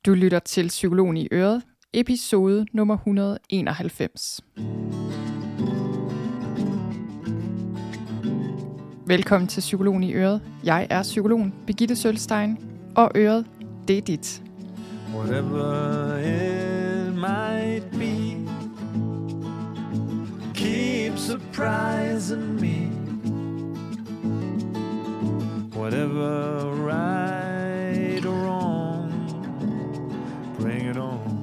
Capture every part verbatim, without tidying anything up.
Du lytter til Psykologen i Øret, episode nummer et hundrede og enoghalvfems. Velkommen til Psykologen i Øret. Jeg er psykologen Birgitte Sølstein, og Øret, det er dit. Whatever it might be, keep surprising me. Whatever right or wrong, bring it on.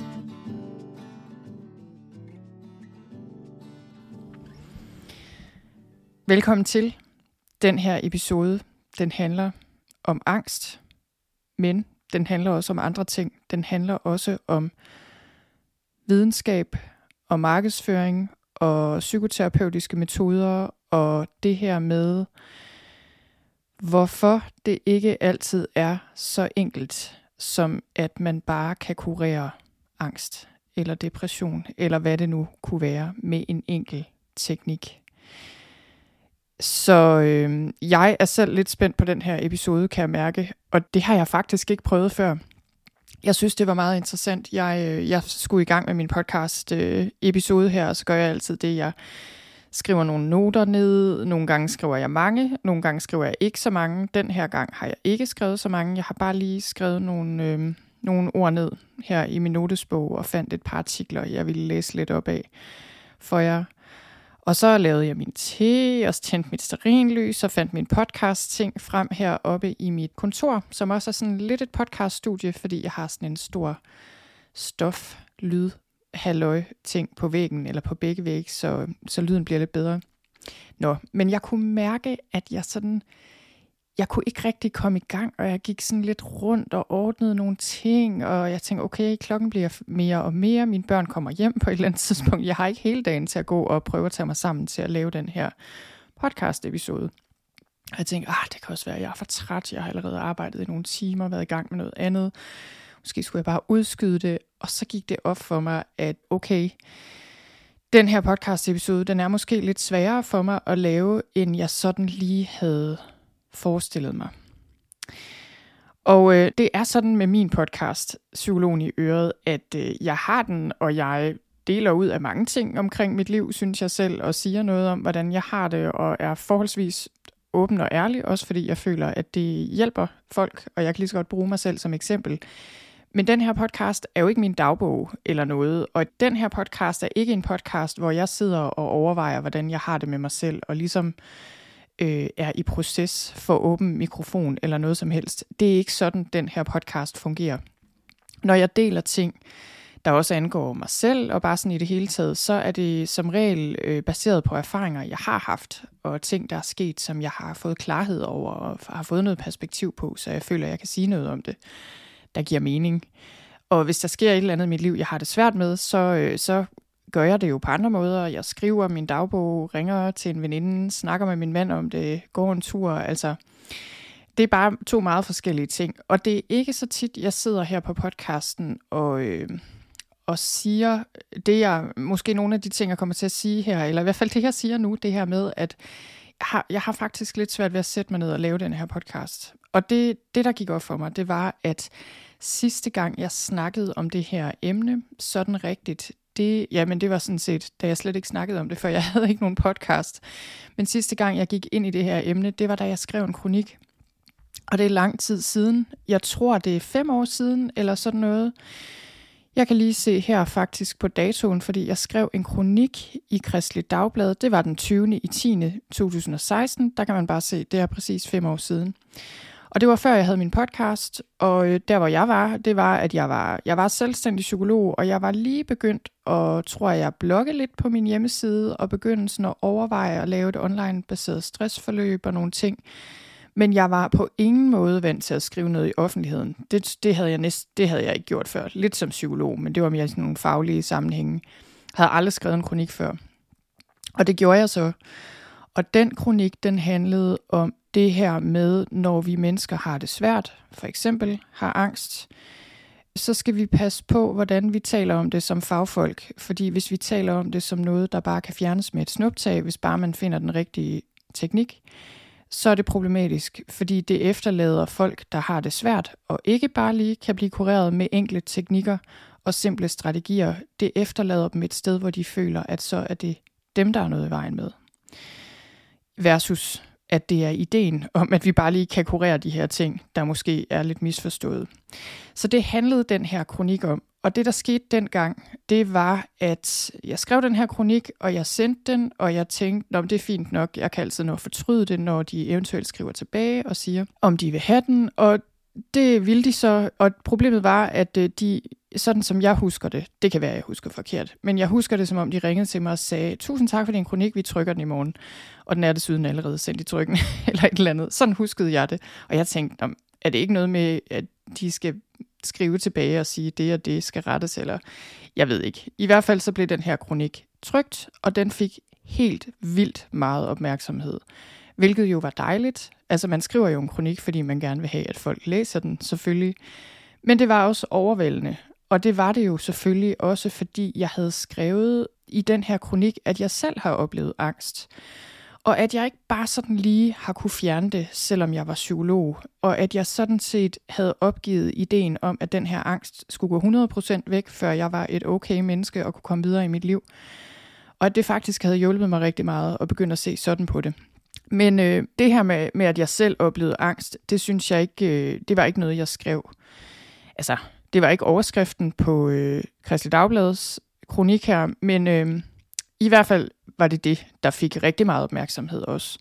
Velkommen til. Den her episode, den handler om angst, men den handler også om andre ting. Den handler også om videnskab og markedsføring og psykoterapeutiske metoder og det her med, hvorfor det ikke altid er så enkelt, som at man bare kan kurere angst eller depression, eller hvad det nu kunne være med en enkel teknik. Så øh, jeg er selv lidt spændt på den her episode, kan jeg mærke, og det har jeg faktisk ikke prøvet før. Jeg synes, det var meget interessant. Jeg, øh, jeg skulle i gang med min podcast øh, episode her, og så gør jeg altid det, jeg skriver nogle noter ned. Nogle gange skriver jeg mange, nogle gange skriver jeg ikke så mange. Den her gang har jeg ikke skrevet så mange. Jeg har bare lige skrevet nogle, øh, nogle ord ned her i min notesbog, og fandt et par artikler, jeg ville læse lidt op af for jer. Og så lavede jeg min te, og tændte mit stearinlys, og fandt min podcast-ting frem heroppe i mit kontor, som også er sådan lidt et podcast-studie, fordi jeg har sådan en stor stof, lyd, halløj ting på væggen, eller på begge vægge, så, så lyden bliver lidt bedre. Nå, men jeg kunne mærke, at jeg sådan, jeg kunne ikke rigtig komme i gang, og jeg gik sådan lidt rundt og ordnede nogle ting, og jeg tænkte, okay, klokken bliver mere og mere, mine børn kommer hjem på et eller andet tidspunkt, jeg har ikke hele dagen til at gå og prøve at tage mig sammen til at lave den her podcast-episode. Og jeg tænkte, ah, det kan også være, at jeg er for træt, jeg har allerede arbejdet i nogle timer, været i gang med noget andet, måske skulle jeg bare udskyde det, og så gik det op for mig, at okay, den her podcast-episode, den er måske lidt sværere for mig at lave, end jeg sådan lige havde forestillet mig. Og øh, det er sådan med min podcast, Psykologen i Øret, at øh, jeg har den, og jeg deler ud af mange ting omkring mit liv, synes jeg selv, og siger noget om, hvordan jeg har det, og er forholdsvis åben og ærlig, også fordi jeg føler, at det hjælper folk, og jeg kan lige så godt bruge mig selv som eksempel. Men den her podcast er jo ikke min dagbog eller noget, og den her podcast er ikke en podcast, hvor jeg sidder og overvejer, hvordan jeg har det med mig selv, og ligesom øh, er i proces for åben mikrofon eller noget som helst. Det er ikke sådan, den her podcast fungerer. Når jeg deler ting, der også angår mig selv, og bare sådan i det hele taget, så er det som regel øh, baseret på erfaringer, jeg har haft, og ting, der er sket, som jeg har fået klarhed over, og har fået noget perspektiv på, så jeg føler, at jeg kan sige noget om det, der giver mening. Og hvis der sker et eller andet i mit liv, jeg har det svært med, så, øh, så gør jeg det jo på andre måder. Jeg skriver min dagbog, ringer til en veninde, snakker med min mand om det, går en tur. Altså, det er bare to meget forskellige ting. Og det er ikke så tit, jeg sidder her på podcasten og, øh, og siger det, jeg, måske nogle af de ting, jeg kommer til at sige her, eller i hvert fald det, jeg siger nu, det her med, at jeg har, jeg har faktisk lidt svært ved at sætte mig ned og lave den her podcast. Og det, det, der gik op for mig, det var, at sidste gang, jeg snakkede om det her emne, sådan rigtigt, det, jamen det var sådan set, da jeg slet ikke snakkede om det, for jeg havde ikke nogen podcast. Men sidste gang, jeg gik ind i det her emne, det var, da jeg skrev en kronik. Og det er lang tid siden. Jeg tror, det er fem år siden, eller sådan noget. Jeg kan lige se her faktisk på datoen, fordi jeg skrev en kronik i Kristeligt Dagblad. Det var den tyvende i tiende to tusind og seksten. Der kan man bare se, det er præcis fem år siden. Og det var før jeg havde min podcast, og der hvor jeg var, det var, at jeg var, jeg var selvstændig psykolog, og jeg var lige begyndt at, tror jeg, blogge lidt på min hjemmeside, og begyndte sådan at overveje at lave et online-baseret stressforløb og nogle ting. Men jeg var på ingen måde vant til at skrive noget i offentligheden. Det, det, havde jeg næst, det havde jeg ikke gjort før. Lidt som psykolog, men det var mere i sådan nogle faglige sammenhænge. Jeg havde aldrig skrevet en kronik før. Og det gjorde jeg så. Og den kronik, den handlede om det her med, når vi mennesker har det svært, for eksempel har angst, så skal vi passe på, hvordan vi taler om det som fagfolk. Fordi hvis vi taler om det som noget, der bare kan fjernes med et snuptag, hvis bare man finder den rigtige teknik, så er det problematisk, fordi det efterlader folk, der har det svært, og ikke bare lige kan blive kureret med enkle teknikker og simple strategier. Det efterlader dem et sted, hvor de føler, at så er det dem, der er noget i vejen med. Versus at det er ideen om, at vi bare lige kan kurere de her ting, der måske er lidt misforstået. Så det handlede den her kronik om. Og det, der skete dengang, det var, at jeg skrev den her kronik, og jeg sendte den, og jeg tænkte, om det er fint nok, jeg kan altid nå at fortryde det, når de eventuelt skriver tilbage og siger, om de vil have den. Og det ville de så, og problemet var, at de, sådan som jeg husker det, det kan være, at jeg husker forkert, men jeg husker det, som om de ringede til mig og sagde, tusind tak for din kronik, vi trykker den i morgen. Og den er desuden allerede sendt i trykken, eller et eller andet. Sådan huskede jeg det. Og jeg tænkte, er det ikke noget med, at de skal skrive tilbage og sige, det og det skal rettes, eller jeg ved ikke. I hvert fald så blev den her kronik trykt, og den fik helt vildt meget opmærksomhed. Hvilket jo var dejligt. Altså man skriver jo en kronik, fordi man gerne vil have, at folk læser den, selvfølgelig. Men det var også overvældende. Og det var det jo selvfølgelig også, fordi jeg havde skrevet i den her kronik, at jeg selv har oplevet angst. Og at jeg ikke bare sådan lige har kunne fjerne det, selvom jeg var psykolog. Og at jeg sådan set havde opgivet ideen om, at den her angst skulle gå hundrede procent væk, før jeg var et okay menneske og kunne komme videre i mit liv. Og at det faktisk havde hjulpet mig rigtig meget at begynde at se sådan på det. Men øh, det her med, med, at jeg selv oplevede angst, det synes jeg ikke, øh, det var ikke noget, jeg skrev. Altså, det var ikke overskriften på øh, Kristeligt Dagbladets kronik her, men øh, i hvert fald var det det, der fik rigtig meget opmærksomhed også.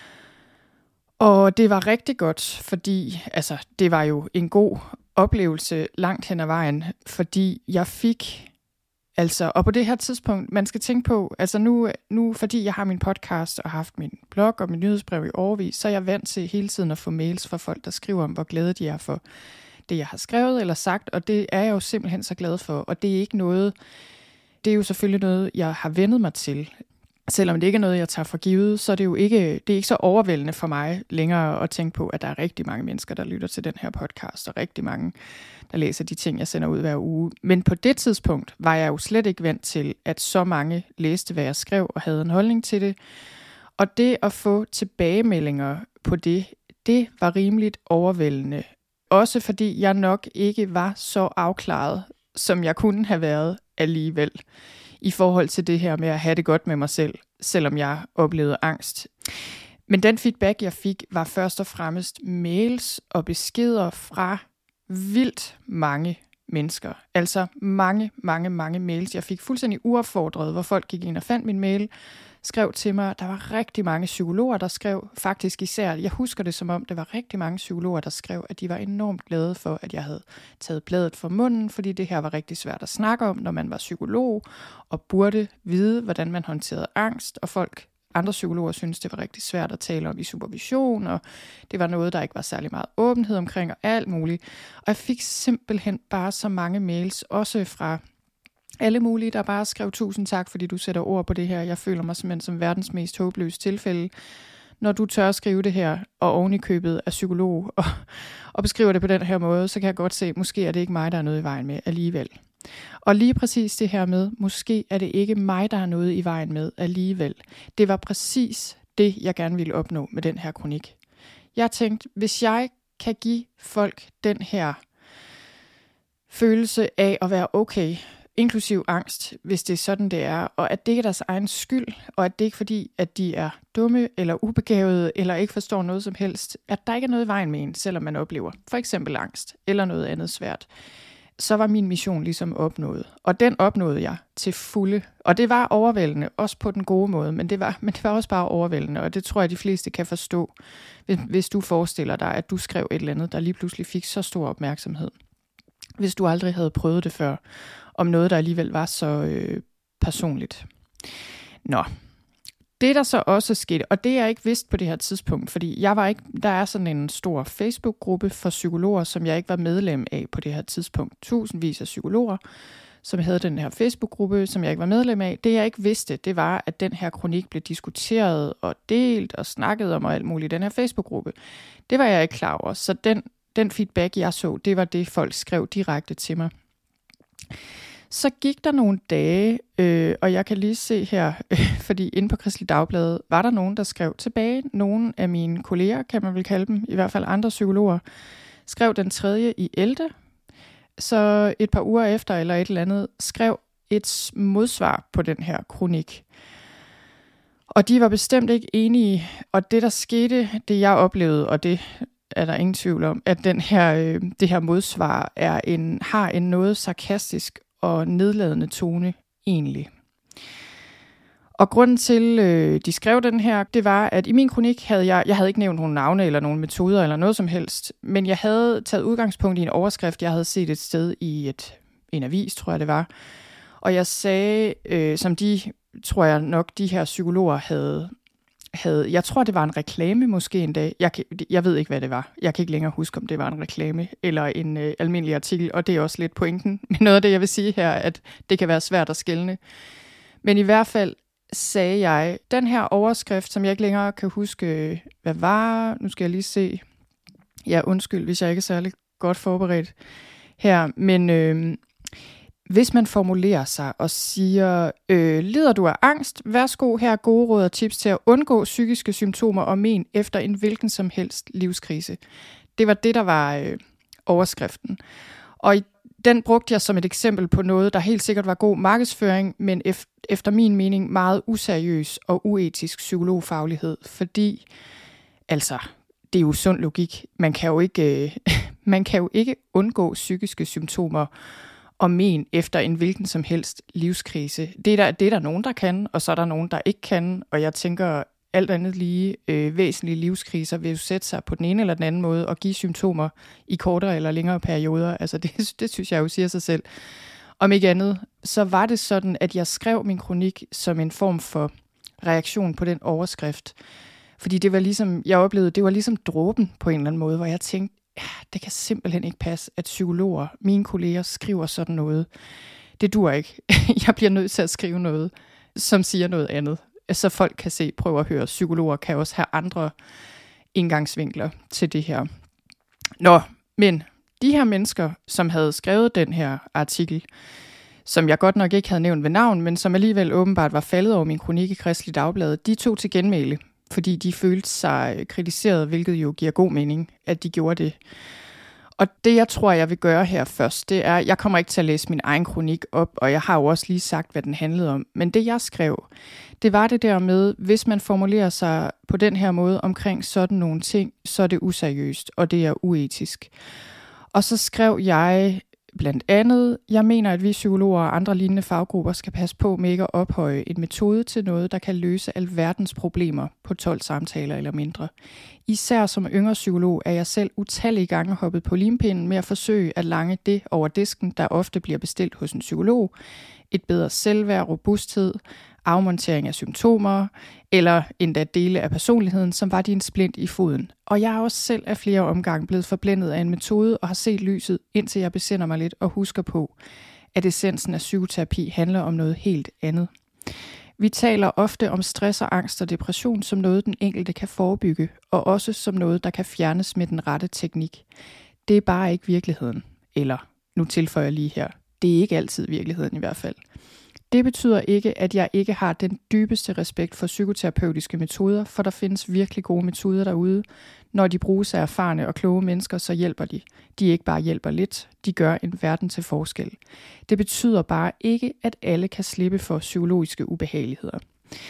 Og det var rigtig godt, fordi altså, det var jo en god oplevelse langt hen ad vejen, fordi jeg fik, altså, og på det her tidspunkt, man skal tænke på, altså nu, nu fordi jeg har min podcast og har haft min blog og min nyhedsbrev i årevis, så er jeg vant til hele tiden at få mails fra folk, der skriver om, hvor glade de er for det, jeg har skrevet eller sagt, og det er jeg jo simpelthen så glad for, og det er ikke noget, det er jo selvfølgelig noget, jeg har vendet mig til. Selvom det ikke er noget, jeg tager for givet, så er det jo ikke, det er ikke så overvældende for mig længere at tænke på, at der er rigtig mange mennesker, der lytter til den her podcast, og rigtig mange, der læser de ting, jeg sender ud hver uge. Men på det tidspunkt var jeg jo slet ikke vant til, at så mange læste, hvad jeg skrev, og havde en holdning til det. Og det at få tilbagemeldinger på det, det var rimeligt overvældende. Også fordi jeg nok ikke var så afklaret, som jeg kunne have været alligevel, i forhold til det her med at have det godt med mig selv, selvom jeg oplevede angst. Men den feedback, jeg fik, var først og fremmest mails og beskeder fra vildt mange mennesker. Altså mange, mange, mange mails. Jeg fik fuldstændig uopfordret, hvor folk gik ind og fandt min mail, skrev til mig. Der var rigtig mange psykologer, der skrev, faktisk især, jeg husker det som om, der var rigtig mange psykologer, der skrev, at de var enormt glade for, at jeg havde taget bladet fra munden, fordi det her var rigtig svært at snakke om, når man var psykolog, og burde vide, hvordan man håndterede angst, og folk, andre psykologer synes det var rigtig svært at tale om i supervision, og det var noget, der ikke var særlig meget åbenhed omkring, og alt muligt. Og jeg fik simpelthen bare så mange mails, også fra alle mulige, der bare skrev tusind tak, fordi du sætter ord på det her. Jeg føler mig simpelthen som verdens mest håbløse tilfælde, når du tør skrive det her, og oven i købet af psykolog, og, og beskriver det på den her måde, så kan jeg godt se, måske er det ikke mig, der er noget i vejen med alligevel. Og lige præcis det her med, måske er det ikke mig, der er noget i vejen med alligevel. Det var præcis det, jeg gerne ville opnå med den her kronik. Jeg tænkte, hvis jeg kan give folk den her følelse af at være okay, inklusiv angst, hvis det er sådan, det er, og at det ikke er deres egen skyld, og at det ikke er fordi, at de er dumme eller ubegavede, eller ikke forstår noget som helst, at der ikke er noget i vejen med en, selvom man oplever for eksempel angst, eller noget andet svært, så var min mission ligesom opnået. Og den opnåede jeg til fulde. Og det var overvældende, også på den gode måde, men det var, men det var også bare overvældende, og det tror jeg, de fleste kan forstå, hvis, hvis du forestiller dig, at du skrev et eller andet, der lige pludselig fik så stor opmærksomhed. Hvis du aldrig havde prøvet det før, om noget, der alligevel var så øh, personligt. Nå, det der så også skete, og det er jeg ikke vidst på det her tidspunkt, fordi jeg var ikke, der er sådan en stor Facebook-gruppe for psykologer, som jeg ikke var medlem af på det her tidspunkt. Tusindvis af psykologer, som havde den her Facebook-gruppe, som jeg ikke var medlem af. Det jeg ikke vidste, det var, at den her kronik blev diskuteret og delt og snakket om og alt muligt i den her Facebook-gruppe. Det var jeg ikke klar over, så den, den feedback, jeg så, det var det, folk skrev direkte til mig. Så gik der nogle dage, øh, og jeg kan lige se her, øh, fordi inde på Kristeligt Dagblad var der nogen, der skrev tilbage. Nogle af mine kolleger, kan man vel kalde dem, i hvert fald andre psykologer, skrev den tredje i ellevte. Så et par uger efter eller et eller andet, skrev et modsvar på den her kronik. Og de var bestemt ikke enige, og det der skete, det jeg oplevede, og det er der ingen tvivl om, at den her, øh, det her modsvar er en, har en noget sarkastisk og nedladende tone egentlig. Og grunden til, øh, de skrev den her, det var, at i min kronik havde jeg, jeg havde ikke nævnt nogle navne eller nogle metoder eller noget som helst, men jeg havde taget udgangspunkt i en overskrift, jeg havde set et sted i et, en avis, tror jeg det var. Og jeg sagde, øh, som de, tror jeg nok, de her psykologer havde, havde, jeg tror det var en reklame måske en dag, jeg, jeg ved ikke hvad det var, jeg kan ikke længere huske om det var en reklame eller en øh, almindelig artikel, og det er også lidt pointen med noget af det jeg vil sige her, at det kan være svært at skelne. Men i hvert fald sagde jeg, den her overskrift, som jeg ikke længere kan huske, hvad var, nu skal jeg lige se, ja undskyld, hvis jeg ikke er særlig godt forberedt her, men øh, hvis man formulerer sig og siger, øh, lider du af angst, værsgo her gode råd og tips til at undgå psykiske symptomer og men efter en hvilken som helst livskrise. Det var det, der var øh, overskriften. Og i, den brugte jeg som et eksempel på noget, der helt sikkert var god markedsføring, men ef- efter min mening meget useriøs og uetisk psykologfaglighed, fordi, altså, det er jo sund logik. Man kan jo ikke, øh, man kan jo ikke undgå psykiske symptomer og men efter en hvilken som helst livskrise. Det er, der, det er der nogen, der kan, og så er der nogen, der ikke kan. Og jeg tænker, alt andet lige øh, væsentlige livskriser vil jo sætte sig på den ene eller den anden måde og give symptomer i kortere eller længere perioder. Altså det, det synes jeg jo siger sig selv. Om ikke andet, så var det sådan, at jeg skrev min kronik som en form for reaktion på den overskrift. Fordi det var ligesom, jeg oplevede, det var ligesom dråben på en eller anden måde, hvor jeg tænkte, ja, det kan simpelthen ikke passe, at psykologer, mine kolleger, skriver sådan noget. Det dur ikke. Jeg bliver nødt til at skrive noget, som siger noget andet. Så folk kan se, prøve at høre. Psykologer kan også have andre indgangsvinkler til det her. Nå, men de her mennesker, som havde skrevet den her artikel, som jeg godt nok ikke havde nævnt ved navn, men som alligevel åbenbart var faldet over min kronik i Kristeligt Dagblad, de tog til genmæle, fordi de følte sig kritiseret, hvilket jo giver god mening, at de gjorde det. Og det, jeg tror, jeg vil gøre her først, det er, jeg kommer ikke til at læse min egen kronik op, og jeg har jo også lige sagt, hvad den handlede om. Men det, jeg skrev, det var det der med, hvis man formulerer sig på den her måde omkring sådan nogle ting, så er det useriøst, og det er uetisk. Og så skrev jeg blandt andet, jeg mener, at vi psykologer og andre lignende faggrupper skal passe på med ikke at ophøje en metode til noget, der kan løse alverdens problemer på tolv samtaler eller mindre. Især som yngre psykolog er jeg selv utallige gange hoppet på limpinden med at forsøge at lange det over disken, der ofte bliver bestilt hos en psykolog. Et bedre selvværd, robusthed, afmontering af symptomer, eller endda dele af personligheden, som var din splint i foden. Og jeg er også selv af flere omgange blevet forblændet af en metode og har set lyset, indtil jeg besinder mig lidt og husker på, at essensen af psykoterapi handler om noget helt andet. Vi taler ofte om stress og angst og depression som noget, den enkelte kan forebygge, og også som noget, der kan fjernes med den rette teknik. Det er bare ikke virkeligheden. Eller, nu tilføjer jeg lige her, det er ikke altid virkeligheden i hvert fald. Det betyder ikke, at jeg ikke har den dybeste respekt for psykoterapeutiske metoder, for der findes virkelig gode metoder derude. Når de bruges af erfarne og kloge mennesker, så hjælper de. De ikke bare hjælper lidt, de gør en verden til forskel. Det betyder bare ikke, at alle kan slippe for psykologiske ubehageligheder.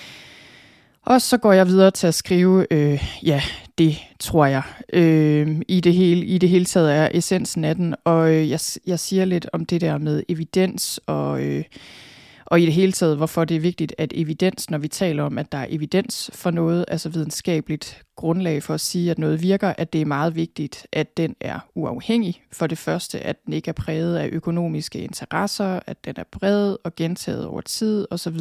Og så går jeg videre til at skrive, øh, ja, det tror jeg, øh, i, det hele, i det hele taget er essensen af den. Og øh, jeg, jeg siger lidt om det der med evidens og... Øh, Og i det hele taget, hvorfor det er vigtigt, at evidens, når vi taler om, at der er evidens for noget, altså videnskabeligt grundlag for at sige, at noget virker, at det er meget vigtigt, at den er uafhængig. For det første, at den ikke er præget af økonomiske interesser, at den er bred og gentaget over tid osv.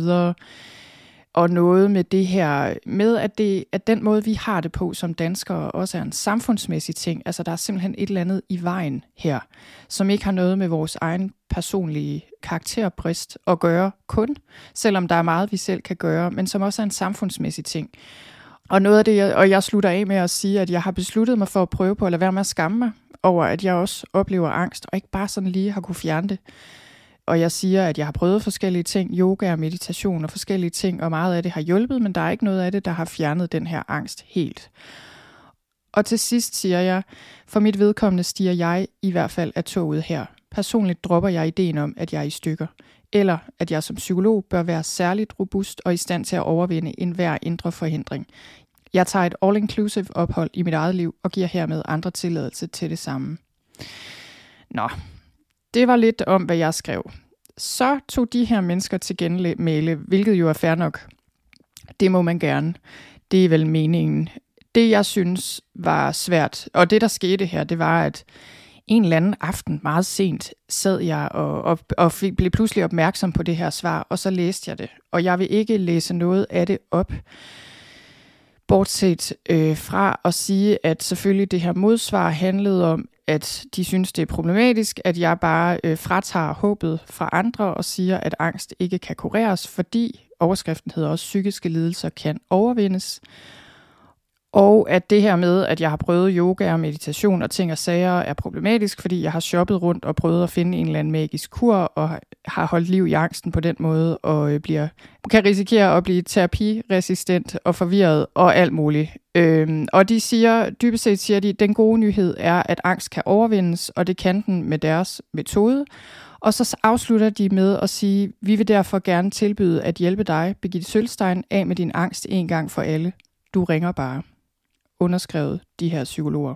Og noget med det her, med at, det, at den måde, vi har det på som danskere, også er en samfundsmæssig ting. Altså der er simpelthen et eller andet i vejen her, som ikke har noget med vores egen personlige karakterbrist at gøre kun, selvom der er meget, vi selv kan gøre, men som også er en samfundsmæssig ting. Og noget af det, og jeg slutter af med at sige, at jeg har besluttet mig for at prøve på at lade være med at skamme mig over, at jeg også oplever angst, og ikke bare sådan lige har kunne fjerne det. og jeg siger, at jeg har prøvet forskellige ting, yoga og meditation og forskellige ting, og meget af det har hjulpet, men der er ikke noget af det, der har fjernet den her angst helt. Og til sidst siger jeg, for mit vedkommende stiger jeg i hvert fald af toget her. Personligt dropper jeg ideen om, at jeg er i stykker, eller at jeg som psykolog bør være særligt robust og i stand til at overvinde enhver indre forhindring. Jeg tager et all-inclusive ophold i mit eget liv og giver hermed andre tilladelse til det samme. Nå, det var lidt om, hvad jeg skrev. Så tog de her mennesker til genmæle, hvilket jo er fair nok. Det må man gerne. Det er vel meningen. Det, jeg synes var svært, og det, der skete her, det var, at en eller anden aften, meget sent, sad jeg og, og, og fik, blev pludselig opmærksom på det her svar, og så læste jeg det. Og jeg vil ikke læse noget af det op, bortset øh, fra at sige, at selvfølgelig det her modsvar handlede om, at de synes, det er problematisk, at jeg bare øh, fratager håbet fra andre og siger, at angst ikke kan kureres, fordi overskriften hedder også, psykiske lidelser kan overvindes. Og at det her med, at jeg har prøvet yoga og meditation og ting og sager, er problematisk, fordi jeg har shoppet rundt og prøvet at finde en eller anden magisk kur, og har holdt liv i angsten på den måde, og bliver, kan risikere at blive terapiresistent og forvirret og alt muligt. Øhm, og de siger, dybest set siger de, den gode nyhed er, at angst kan overvindes, og det kan den med deres metode. Og så afslutter de med at sige, vi vil derfor gerne tilbyde at hjælpe dig, Birgitte Sølstein, af med din angst en gang for alle. Du ringer bare. Underskrevet de her psykologer.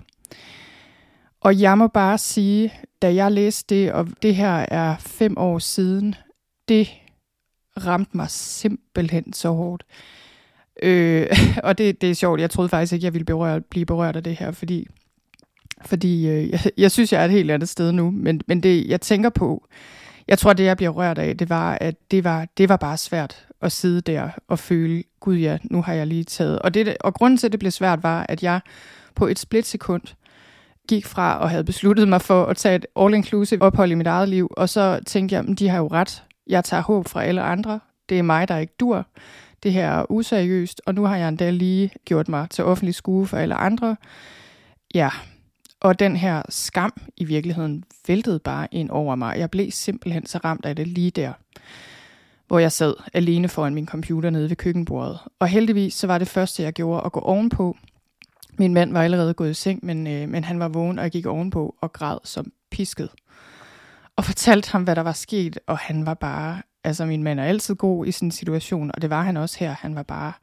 Og jeg må bare sige, da jeg læste det, og det her er fem år siden, det ramte mig simpelthen så hårdt. Øh, og det, det er sjovt, jeg troede faktisk ikke, jeg ville berøre, blive berørt af det her, fordi, fordi øh, jeg, jeg synes, jeg er et helt andet sted nu, men, men det, jeg tænker på, jeg tror, det jeg bliver rørt af, det var, at det var, det var bare svært at sidde der og føle, gud ja, nu har jeg lige taget. Og, det, og grunden til, at det blev svært, var, at jeg på et splitsekund gik fra og havde besluttet mig for at tage et all-inclusive ophold i mit eget liv, og så tænkte jeg, de har jo ret. Jeg tager håb fra alle andre. Det er mig, der ikke dur. Det her er useriøst, og nu har jeg endda lige gjort mig til offentlig skue for alle andre. Ja, og den her skam i virkeligheden væltede bare ind over mig. Jeg blev simpelthen så ramt af det lige der, hvor jeg sad alene foran min computer nede ved køkkenbordet. Og heldigvis så var det første, jeg gjorde, at gå ovenpå. Min mand var allerede gået i seng, men, øh, men han var vågen, og jeg gik ovenpå og græd som pisket. Og fortalte ham, hvad der var sket, og han var bare, altså min mand er altid god i sådan en situation, og det var han også her. Han var bare,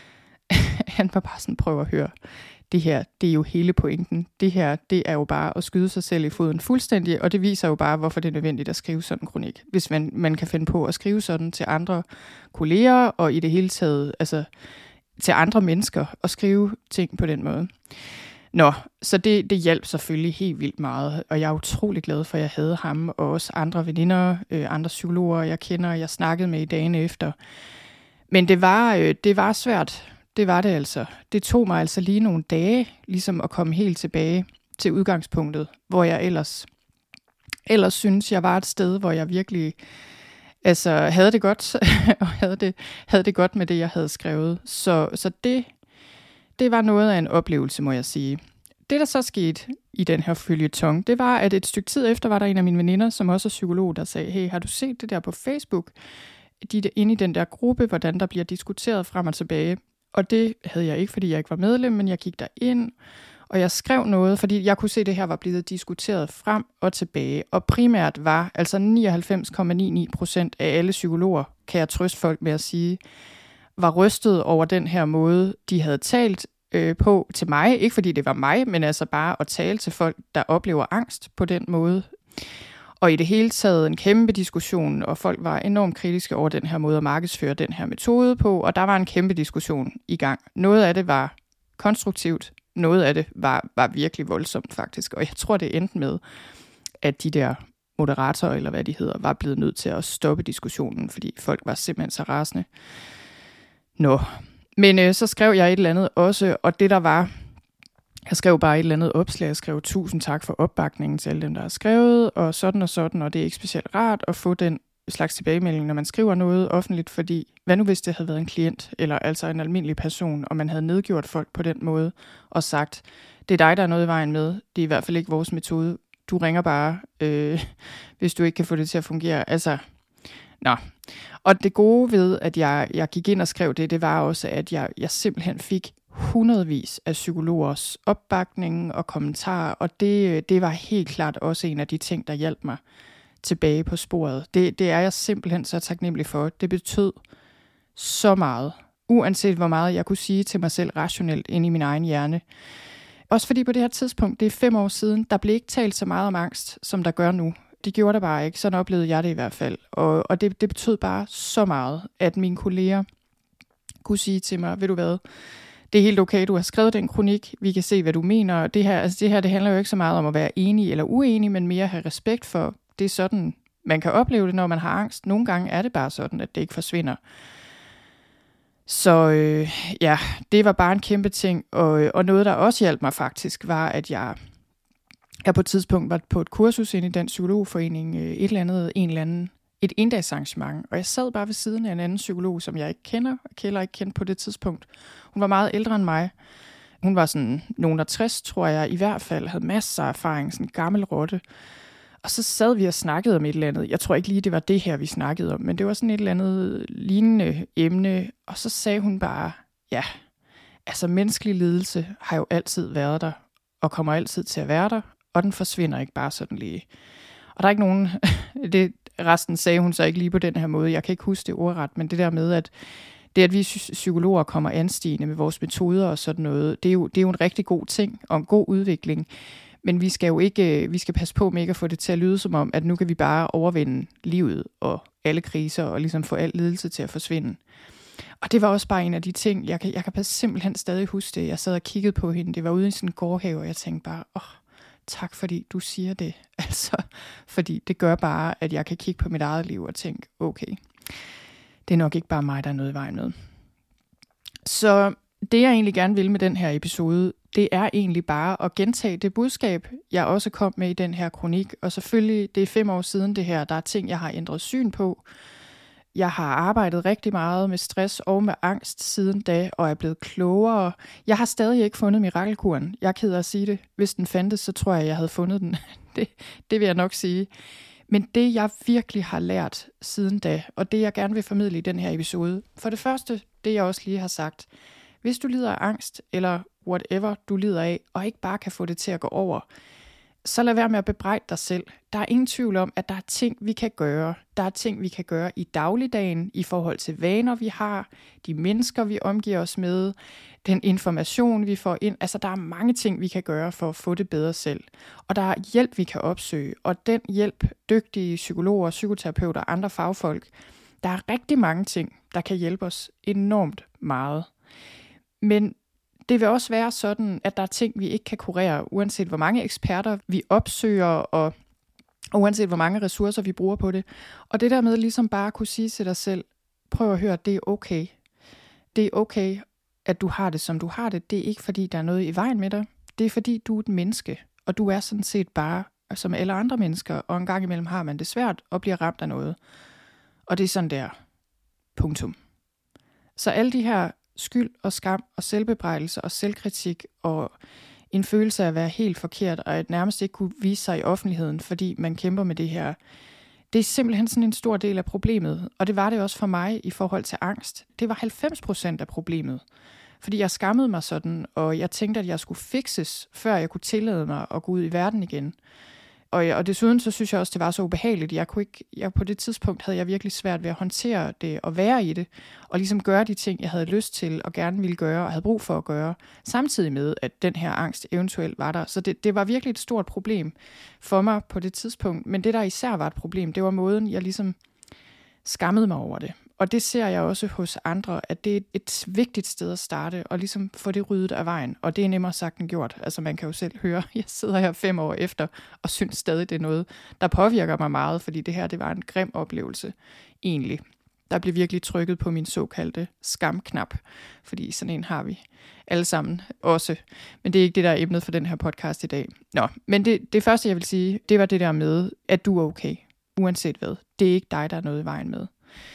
han var bare sådan, prøv at høre. Det her, det er jo hele pointen. Det her, det er jo bare at skyde sig selv i foden fuldstændig, og det viser jo bare, hvorfor det er nødvendigt at skrive sådan en kronik. Hvis man, man kan finde på at skrive sådan til andre kolleger, og i det hele taget, altså til andre mennesker, og skrive ting på den måde. Nå, så det, det hjalp selvfølgelig helt vildt meget, og jeg er utrolig glad for, at jeg havde ham, og også andre veninder, øh, andre psykologer, jeg kender, jeg snakkede med i dagene efter. Men det var, øh, det var svært. Det var det altså. Det tog mig altså lige nogle dage, ligesom at komme helt tilbage til udgangspunktet, hvor jeg ellers, ellers synes, jeg var et sted, hvor jeg virkelig altså, havde det godt, og havde det, havde det godt med det, jeg havde skrevet. Så, så det, det var noget af en oplevelse, må jeg sige. Det, der så skete i den her føljeton, det var, at et stykke tid efter var der en af mine veninder, som også er psykolog, der sagde, hey, har du set det der på Facebook? De der inde i den der gruppe, hvordan der bliver diskuteret frem og tilbage. Og det havde jeg ikke, fordi jeg ikke var medlem, men jeg gik derind, og jeg skrev noget, fordi jeg kunne se, at det her var blevet diskuteret frem og tilbage. Og primært var, altså nioghalvfems komma nioghalvfems procent af alle psykologer, kan jeg trøste folk med at sige, var rystet over den her måde, de havde talt øh, på til mig. Ikke fordi det var mig, men altså bare at tale til folk, der oplever angst på den måde. Og i det hele taget en kæmpe diskussion, og folk var enormt kritiske over den her måde at markedsføre den her metode på, og der var en kæmpe diskussion i gang. Noget af det var konstruktivt, noget af det var, var virkelig voldsomt faktisk, og jeg tror det endte med, at de der moderatorer, eller hvad de hedder, var blevet nødt til at stoppe diskussionen, fordi folk var simpelthen så rasende. Nå, men øh, så skrev jeg et eller andet også, og det der var, jeg skrev bare et eller andet opslag, jeg skrev tusind tak for opbakningen til alle dem, der har skrevet, og sådan og sådan, og det er ikke specielt rart at få den slags tilbagemelding, når man skriver noget offentligt, fordi hvad nu hvis det havde været en klient, eller altså en almindelig person, og man havde nedgjort folk på den måde, og sagt, det er dig, der er noget i vejen med, det er i hvert fald ikke vores metode, du ringer bare, øh, hvis du ikke kan få det til at fungere. Altså, nå. Og det gode ved, at jeg, jeg gik ind og skrev det, det var også, at jeg, jeg simpelthen fik hundredvis af psykologers opbakning og kommentarer, og det, det var helt klart også en af de ting, der hjalp mig tilbage på sporet. Det, det er jeg simpelthen så taknemmelig for. Det betød så meget, uanset hvor meget jeg kunne sige til mig selv rationelt inde i min egen hjerne. Også fordi på det her tidspunkt, det er fem år siden, der blev ikke talt så meget om angst, som der gør nu. Det gjorde der bare ikke. Sådan oplevede jeg det i hvert fald. Og, og det, det betød bare så meget, at mine kolleger kunne sige til mig, ved du hvad, det er helt okay, du har skrevet den kronik, vi kan se, hvad du mener. Det her, altså det her, det handler jo ikke så meget om at være enig eller uenig, men mere at have respekt for, det er sådan, man kan opleve det, når man har angst. Nogle gange er det bare sådan, at det ikke forsvinder. Så øh, ja, det var bare en kæmpe ting, og, og noget, der også hjalp mig faktisk, var, at jeg, jeg på et tidspunkt var på et kursus inde i den psykologforening, øh, et eller andet, en eller anden, et endagsarrangement, og jeg sad bare ved siden af en anden psykolog, som jeg ikke kender, og heller ikke kendte på det tidspunkt. Hun var meget ældre end mig. Hun var sådan nogen af tres, tror jeg, i hvert fald, havde masser af erfaring, sådan en gammel rotte. Og så sad vi og snakkede om et eller andet. Jeg tror ikke lige, det var det her, vi snakkede om, men det var sådan et eller andet lignende emne. Og så sagde hun bare, ja, altså menneskelig lidelse har jo altid været der, og kommer altid til at være der, og den forsvinder ikke bare sådan lige. Og der er ikke nogen, det, resten sagde hun så ikke lige på den her måde, jeg kan ikke huske det ordret, men det der med, at det, at vi psykologer kommer anstigende med vores metoder og sådan noget, det er jo, det er jo en rigtig god ting, og en god udvikling. Men vi skal jo ikke, vi skal passe på med ikke at få det til at lyde som om, at nu kan vi bare overvinde livet og alle kriser, og ligesom få al lidelse til at forsvinde. Og det var også bare en af de ting, jeg kan, jeg kan simpelthen stadig huske det. Jeg sad og kiggede på hende, det var ude i sådan en gårdhave, og jeg tænkte bare, åh, oh, tak fordi du siger det. Altså, fordi det gør bare, at jeg kan kigge på mit eget liv og tænke, okay, det er nok ikke bare mig, der er noget i vejen med. Så det jeg egentlig gerne vil med den her episode, det er egentlig bare at gentage det budskab, jeg også kom med i den her kronik. Og selvfølgelig, det er fem år siden det her, der er ting, jeg har ændret syn på. Jeg har arbejdet rigtig meget med stress og med angst siden da, og er blevet klogere. Jeg har stadig ikke fundet mirakelkuren. Jeg er ked af at sige det. Hvis den fandtes, så tror jeg, jeg havde fundet den. det, det vil jeg nok sige. Men det, jeg virkelig har lært siden da, og det, jeg gerne vil formidle i den her episode, for det første, det jeg også lige har sagt, hvis du lider af angst, eller whatever du lider af, og ikke bare kan få det til at gå over, så lad være med at bebrejde dig selv. Der er ingen tvivl om, at der er ting, vi kan gøre. Der er ting, vi kan gøre i dagligdagen, i forhold til vaner, vi har, de mennesker, vi omgiver os med, den information, vi får ind. Altså, der er mange ting, vi kan gøre for at få det bedre selv. Og der er hjælp, vi kan opsøge. Og den hjælp, dygtige psykologer, psykoterapeuter og andre fagfolk, der er rigtig mange ting, der kan hjælpe os enormt meget. Men det vil også være sådan, at der er ting, vi ikke kan kurere, uanset hvor mange eksperter vi opsøger, og, og uanset hvor mange ressourcer vi bruger på det. Og det der med ligesom bare at kunne sige til dig selv, prøv at høre, det er okay. Det er okay, at du har det, som du har det. Det er ikke, fordi der er noget i vejen med dig. Det er, fordi du er et menneske, og du er sådan set bare som alle andre mennesker, og en gang imellem har man det svært og bliver ramt af noget. Og det er sådan der. Punktum. Så alle de her skyld og skam og selvbebrejdelse og selvkritik og en følelse af at være helt forkert og at nærmest ikke kunne vise sig i offentligheden, fordi man kæmper med det her. Det er simpelthen sådan en stor del af problemet, og det var det også for mig i forhold til angst. Det var halvfems procent af problemet, fordi jeg skammede mig sådan, og jeg tænkte, at jeg skulle fikses, før jeg kunne tillade mig at gå ud i verden igen. Og, og desuden så synes jeg også, det var så ubehageligt. Jeg kunne ikke, jeg, på det tidspunkt havde jeg virkelig svært ved at håndtere det og være i det, og ligesom gøre de ting, jeg havde lyst til og gerne ville gøre og havde brug for at gøre, samtidig med, at den her angst eventuelt var der. Så det, det var virkelig et stort problem for mig på det tidspunkt. Men det, der især var et problem, det var måden, jeg ligesom skammede mig over det. Og det ser jeg også hos andre, at det er et vigtigt sted at starte, og ligesom få det ryddet af vejen. Og det er nemmere sagt end gjort. Altså man kan jo selv høre, jeg sidder her fem år efter, og synes stadig, det er noget, der påvirker mig meget, fordi det her, det var en grim oplevelse, egentlig. Der blev virkelig trykket på min såkaldte skamknap, fordi sådan en har vi alle sammen også. Men det er ikke det, der er emnet for den her podcast i dag. Nå, men det, det første, jeg vil sige, det var det der med, at du er okay, uanset hvad. Det er ikke dig, der er noget i vejen med.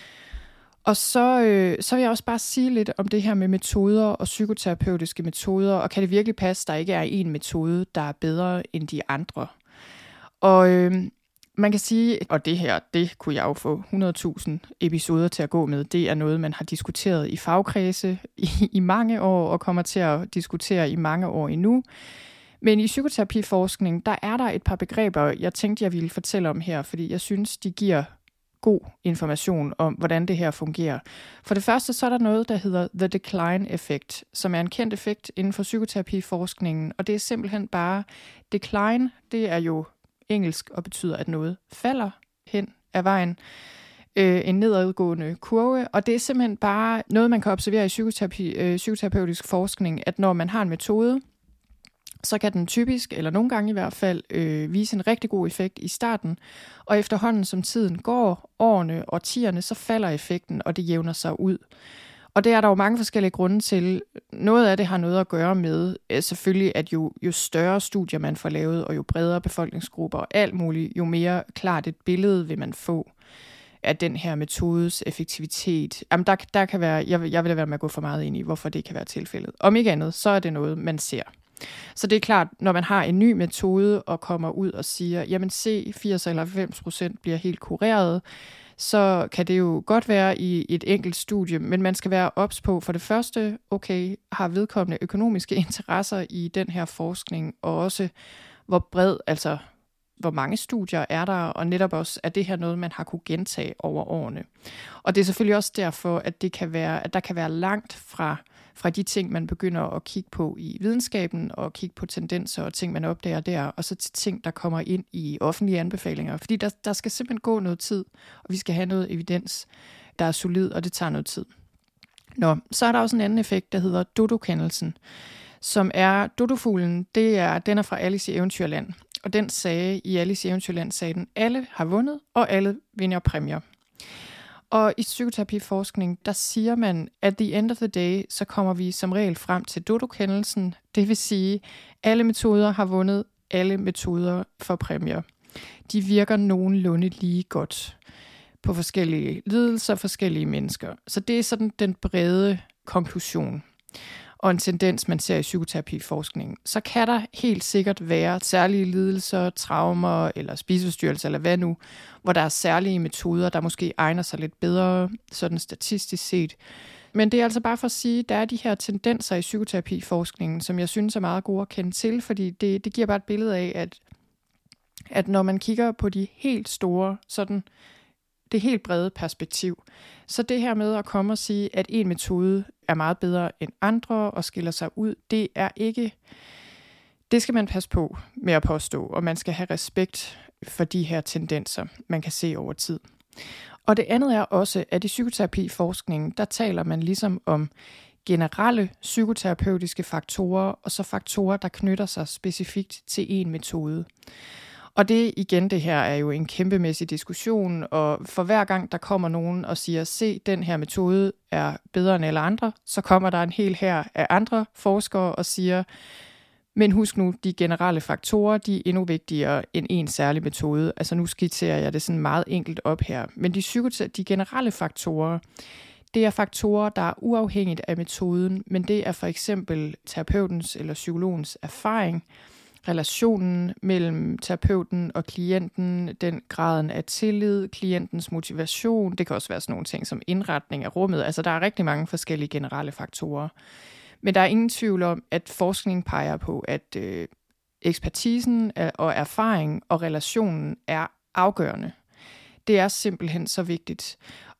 Og så, øh, så vil jeg også bare sige lidt om det her med metoder og psykoterapeutiske metoder, og kan det virkelig passe, at der ikke er en metode, der er bedre end de andre? Og øh, man kan sige, og det her, det kunne jeg jo få hundrede tusind episoder til at gå med. Det er noget, man har diskuteret i fagkredse i, i mange år, og kommer til at diskutere i mange år endnu. Men i psykoterapiforskning, der er der et par begreber, jeg tænkte, jeg ville fortælle om her, fordi jeg synes, de giver god information om, hvordan det her fungerer. For det første, så er der noget, der hedder The Decline Effect, som er en kendt effekt inden for psykoterapiforskningen, og det er simpelthen bare, decline, det er jo engelsk og betyder, at noget falder hen ad vejen, øh, en nedadgående kurve, og det er simpelthen bare noget, man kan observere i psykoterapi, øh, psykoterapeutisk forskning, at når man har en metode, så kan den typisk, eller nogle gange i hvert fald, øh, vise en rigtig god effekt i starten, og efterhånden som tiden går, årene og årtierne, så falder effekten, og det jævner sig ud. Og det er der jo mange forskellige grunde til. Noget af det har noget at gøre med, øh, selvfølgelig, at jo, jo større studier man får lavet, og jo bredere befolkningsgrupper og alt muligt, jo mere klart et billede vil man få af den her metodes effektivitet. Jamen, der, der kan være, jeg, jeg vil lade være med at gå for meget ind i, hvorfor det kan være tilfældet. Om ikke andet, så er det noget, man ser. Så det er klart, når man har en ny metode og kommer ud og siger, jamen se, firs eller halvfems procent bliver helt kureret, så kan det jo godt være i et enkelt studie, men man skal være ops på for det første, okay, har vedkommende økonomiske interesser i den her forskning, og også hvor bred, altså hvor mange studier er der, og netop også, er det her noget, man har kunne gentage over årene. Og det er selvfølgelig også derfor, at det kan være, at der kan være langt fra fra de ting, man begynder at kigge på i videnskaben, og kigge på tendenser og ting, man opdager der, og så til ting, der kommer ind i offentlige anbefalinger. Fordi der, der skal simpelthen gå noget tid, og vi skal have noget evidens, der er solid, og det tager noget tid. Nå, så er der også en anden effekt, der hedder dodo-kendelsen, som er, dodofuglen, det er, den er fra Alice i Eventyrland, og den sagde, i Alice i Eventyrland sagde den, alle har vundet, og alle vinder præmier. Og i psykoterapiforskning, der siger man, at the end of the day, så kommer vi som regel frem til dodo-kendelsen. Det vil sige, alle metoder har vundet, alle metoder får præmier. De virker nogenlunde lige godt på forskellige lidelser, forskellige mennesker. Så det er sådan den brede konklusion og en tendens, man ser i psykoterapiforskningen. Så kan der helt sikkert være særlige lidelser, traumer eller spiseforstyrrelser eller hvad nu, hvor der er særlige metoder, der måske egner sig lidt bedre, sådan statistisk set. Men det er altså bare for at sige, at der er de her tendenser i psykoterapiforskningen, som jeg synes er meget gode at kende til, fordi det, det giver bare et billede af, at, at når man kigger på de helt store, sådan det helt brede perspektiv, så det her med at komme og sige, at en metode er meget bedre end andre og skiller sig ud, det er ikke, det skal man passe på med at påstå, og man skal have respekt for de her tendenser, man kan se over tid. Og det andet er også, at i psykoterapiforskningen, der taler man ligesom om generelle psykoterapeutiske faktorer, og så faktorer, der knytter sig specifikt til en metode. Og det igen, det her er jo en kæmpemæssig diskussion, og for hver gang der kommer nogen og siger, se, den her metode er bedre end alle andre, så kommer der en hel hær af andre forskere og siger, men husk nu, de generelle faktorer, de er endnu vigtigere end en særlig metode. Altså nu skitserer jeg det sådan meget enkelt op her. Men de, psykota- de generelle faktorer, det er faktorer, der er uafhængigt af metoden, men det er for eksempel terapeutens eller psykologens erfaring, relationen mellem terapeuten og klienten, den graden af tillid, klientens motivation. Det kan også være sådan nogle ting som indretning af rummet. Altså der er rigtig mange forskellige generelle faktorer. Men der er ingen tvivl om, at forskning peger på, at øh, ekspertisen og erfaring og relationen er afgørende. Det er simpelthen så vigtigt.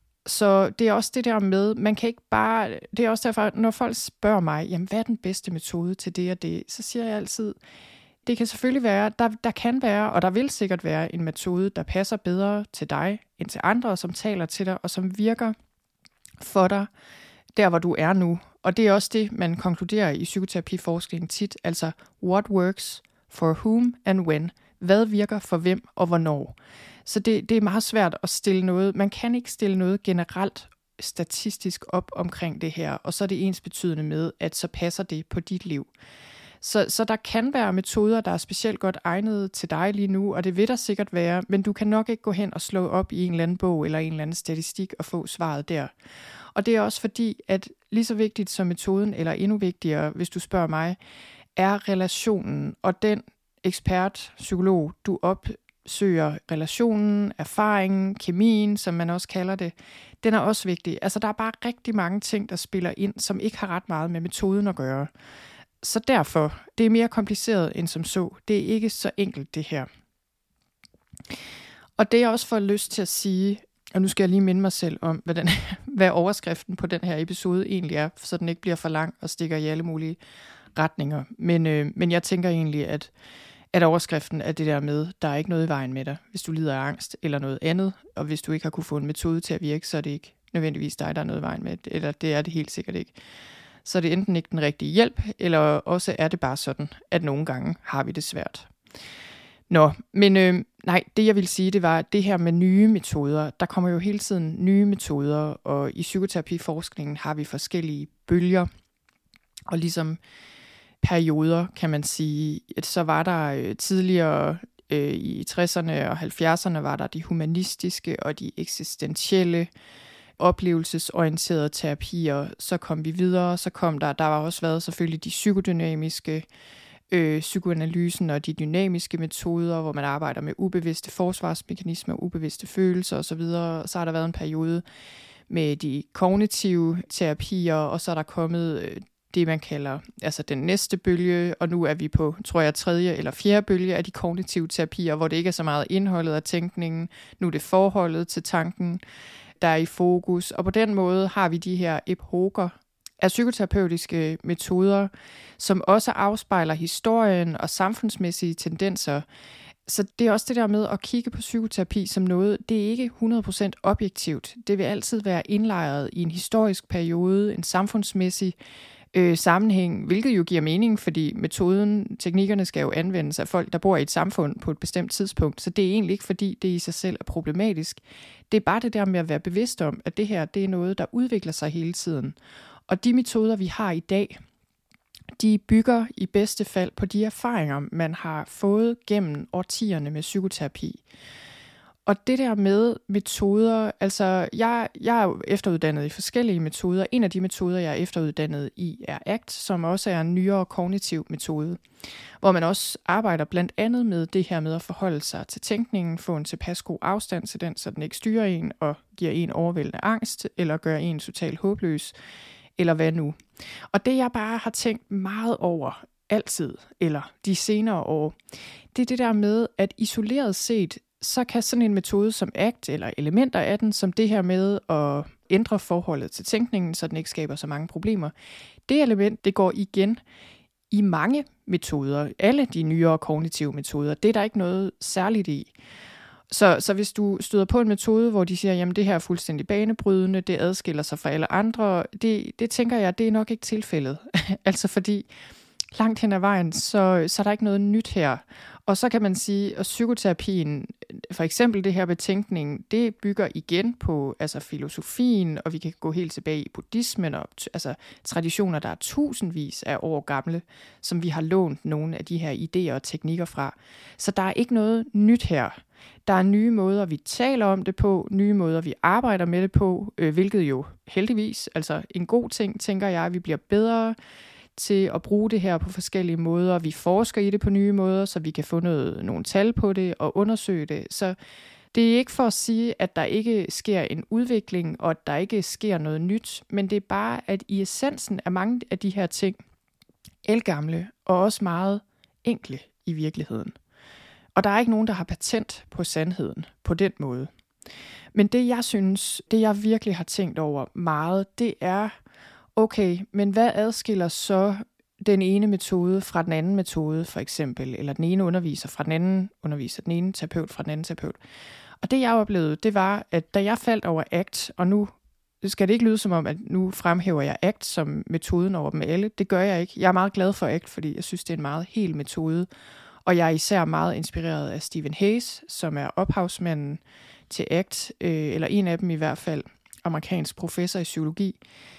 Så det er også det der med, man kan ikke bare, det er også derfor, når folk spørger mig, jamen hvad er den bedste metode til det og det, så siger jeg altid, det kan selvfølgelig være, der, der kan være, og der vil sikkert være en metode, der passer bedre til dig end til andre, som taler til dig, og som virker for dig, der hvor du er nu. Og det er også det, man konkluderer i psykoterapiforskningen tit, altså what works for whom and when. Hvad virker for hvem og hvornår. Så det, det er meget svært at stille noget, man kan ikke stille noget generelt statistisk op omkring det her, og så er det ensbetydende med, at så passer det på dit liv. Så, så der kan være metoder, der er specielt godt egnede til dig lige nu, og det vil der sikkert være, men du kan nok ikke gå hen og slå op i en eller anden bog eller en eller anden statistik og få svaret der. Og det er også fordi, at lige så vigtigt som metoden, eller endnu vigtigere, hvis du spørger mig, er relationen og den ekspert, psykolog, du op, undersøger relationen, erfaringen, kemien, som man også kalder det. Den er også vigtig. Altså, der er bare rigtig mange ting, der spiller ind, som ikke har ret meget med metoden at gøre. Så derfor, det er mere kompliceret end som så. Det er ikke så enkelt, det her. Og det jeg også får lyst til at sige, og nu skal jeg lige minde mig selv om, hvad, den, hvad overskriften på den her episode egentlig er, så den ikke bliver for lang og stikker i alle mulige retninger. Men, øh, men jeg tænker egentlig, at, at overskriften er det der med, der er ikke noget i vejen med dig, hvis du lider af angst eller noget andet, og hvis du ikke har kunne få en metode til at virke, så er det ikke nødvendigvis dig, der er noget i vejen med, eller det er det helt sikkert ikke. Så er det enten ikke den rigtige hjælp, eller også er det bare sådan, at nogle gange har vi det svært. Nå, men øh, nej, det jeg vil sige, det var, at det her med nye metoder, der kommer jo hele tiden nye metoder, og i psykoterapiforskningen har vi forskellige bølger, og ligesom perioder, kan man sige. Så var der øh, tidligere øh, i tresserne og halvfjerdserne, var der de humanistiske og de eksistentielle, oplevelsesorienterede terapier. Så kom vi videre, så kom der, der var også været selvfølgelig de psykodynamiske, øh, psykoanalysen og de dynamiske metoder, hvor man arbejder med ubevidste forsvarsmekanismer, ubevidste følelser osv. Så har der været en periode med de kognitive terapier, og så er der kommet øh, det, man kalder altså den næste bølge, og nu er vi på, tror jeg, tredje eller fjerde bølge af de kognitive terapier, hvor det ikke er så meget indholdet af tænkningen, nu er det forholdet til tanken, der er i fokus, og på den måde har vi de her epoker af psykoterapeutiske metoder, som også afspejler historien og samfundsmæssige tendenser. Så det er også det der med at kigge på psykoterapi som noget, det er ikke hundrede procent objektivt. Det vil altid være indlejret i en historisk periode, en samfundsmæssig øh, sammenhæng, hvilket jo giver mening, fordi metoden, teknikkerne skal jo anvendes af folk, der bor i et samfund på et bestemt tidspunkt. Så det er egentlig ikke, fordi det i sig selv er problematisk. Det er bare det der med at være bevidst om, at det her, det er noget, der udvikler sig hele tiden. Og de metoder, vi har i dag, de bygger i bedste fald på de erfaringer, man har fået gennem årtierne med psykoterapi. Og det der med metoder, altså jeg, jeg er jo efteruddannet i forskellige metoder. En af de metoder, jeg er efteruddannet i, er A C T, som også er en nyere kognitiv metode, hvor man også arbejder blandt andet med det her med at forholde sig til tænkningen, få en tilpas god afstand til den, så den ikke styrer en og giver en overvældende angst, eller gør en totalt håbløs, eller hvad nu. Og det jeg bare har tænkt meget over altid, eller de senere år, det er det der med, at isoleret set, så kan sådan en metode som A C T, eller elementer af den, som det her med at ændre forholdet til tænkningen, så den ikke skaber så mange problemer, det element, det går igen i mange metoder, alle de nyere kognitive metoder, det er der ikke noget særligt i. Så, så hvis du støder på en metode, hvor de siger, jamen det her er fuldstændig banebrydende, det adskiller sig fra alle andre, det, det tænker jeg, det er nok ikke tilfældet. Altså fordi langt hen ad vejen, så, så er der ikke noget nyt her. Og så kan man sige, at psykoterapien, for eksempel det her med tænkningen, det bygger igen på altså filosofien, og vi kan gå helt tilbage i buddhismen, og altså traditioner, der er tusindvis af år gamle, som vi har lånt nogle af de her idéer og teknikker fra. Så der er ikke noget nyt her. Der er nye måder, vi taler om det på, nye måder, vi arbejder med det på, øh, hvilket jo heldigvis, altså en god ting, tænker jeg, at vi bliver bedre til at bruge det her på forskellige måder. Vi forsker i det på nye måder, så vi kan få noget, nogle tal på det og undersøge det. Så det er ikke for at sige, at der ikke sker en udvikling, og at der ikke sker noget nyt, men det er bare, at i essensen er mange af de her ting ældgamle og også meget enkle i virkeligheden. Og der er ikke nogen, der har patent på sandheden på den måde. Men det jeg synes, det jeg virkelig har tænkt over meget, det er, okay, men hvad adskiller så den ene metode fra den anden metode, for eksempel, eller den ene underviser fra den anden underviser, den ene terapeut fra den anden terapeut. Og det jeg oplevede, det var, at da jeg faldt over A C T, og nu skal det ikke lyde som om, at nu fremhæver jeg A C T som metoden over dem alle. Det gør jeg ikke. Jeg er meget glad for A C T, fordi jeg synes, det er en meget hel metode. Og jeg er især meget inspireret af Stephen Hayes, som er ophavsmanden til A C T, øh, eller en af dem i hvert fald, amerikansk professor i psykologi.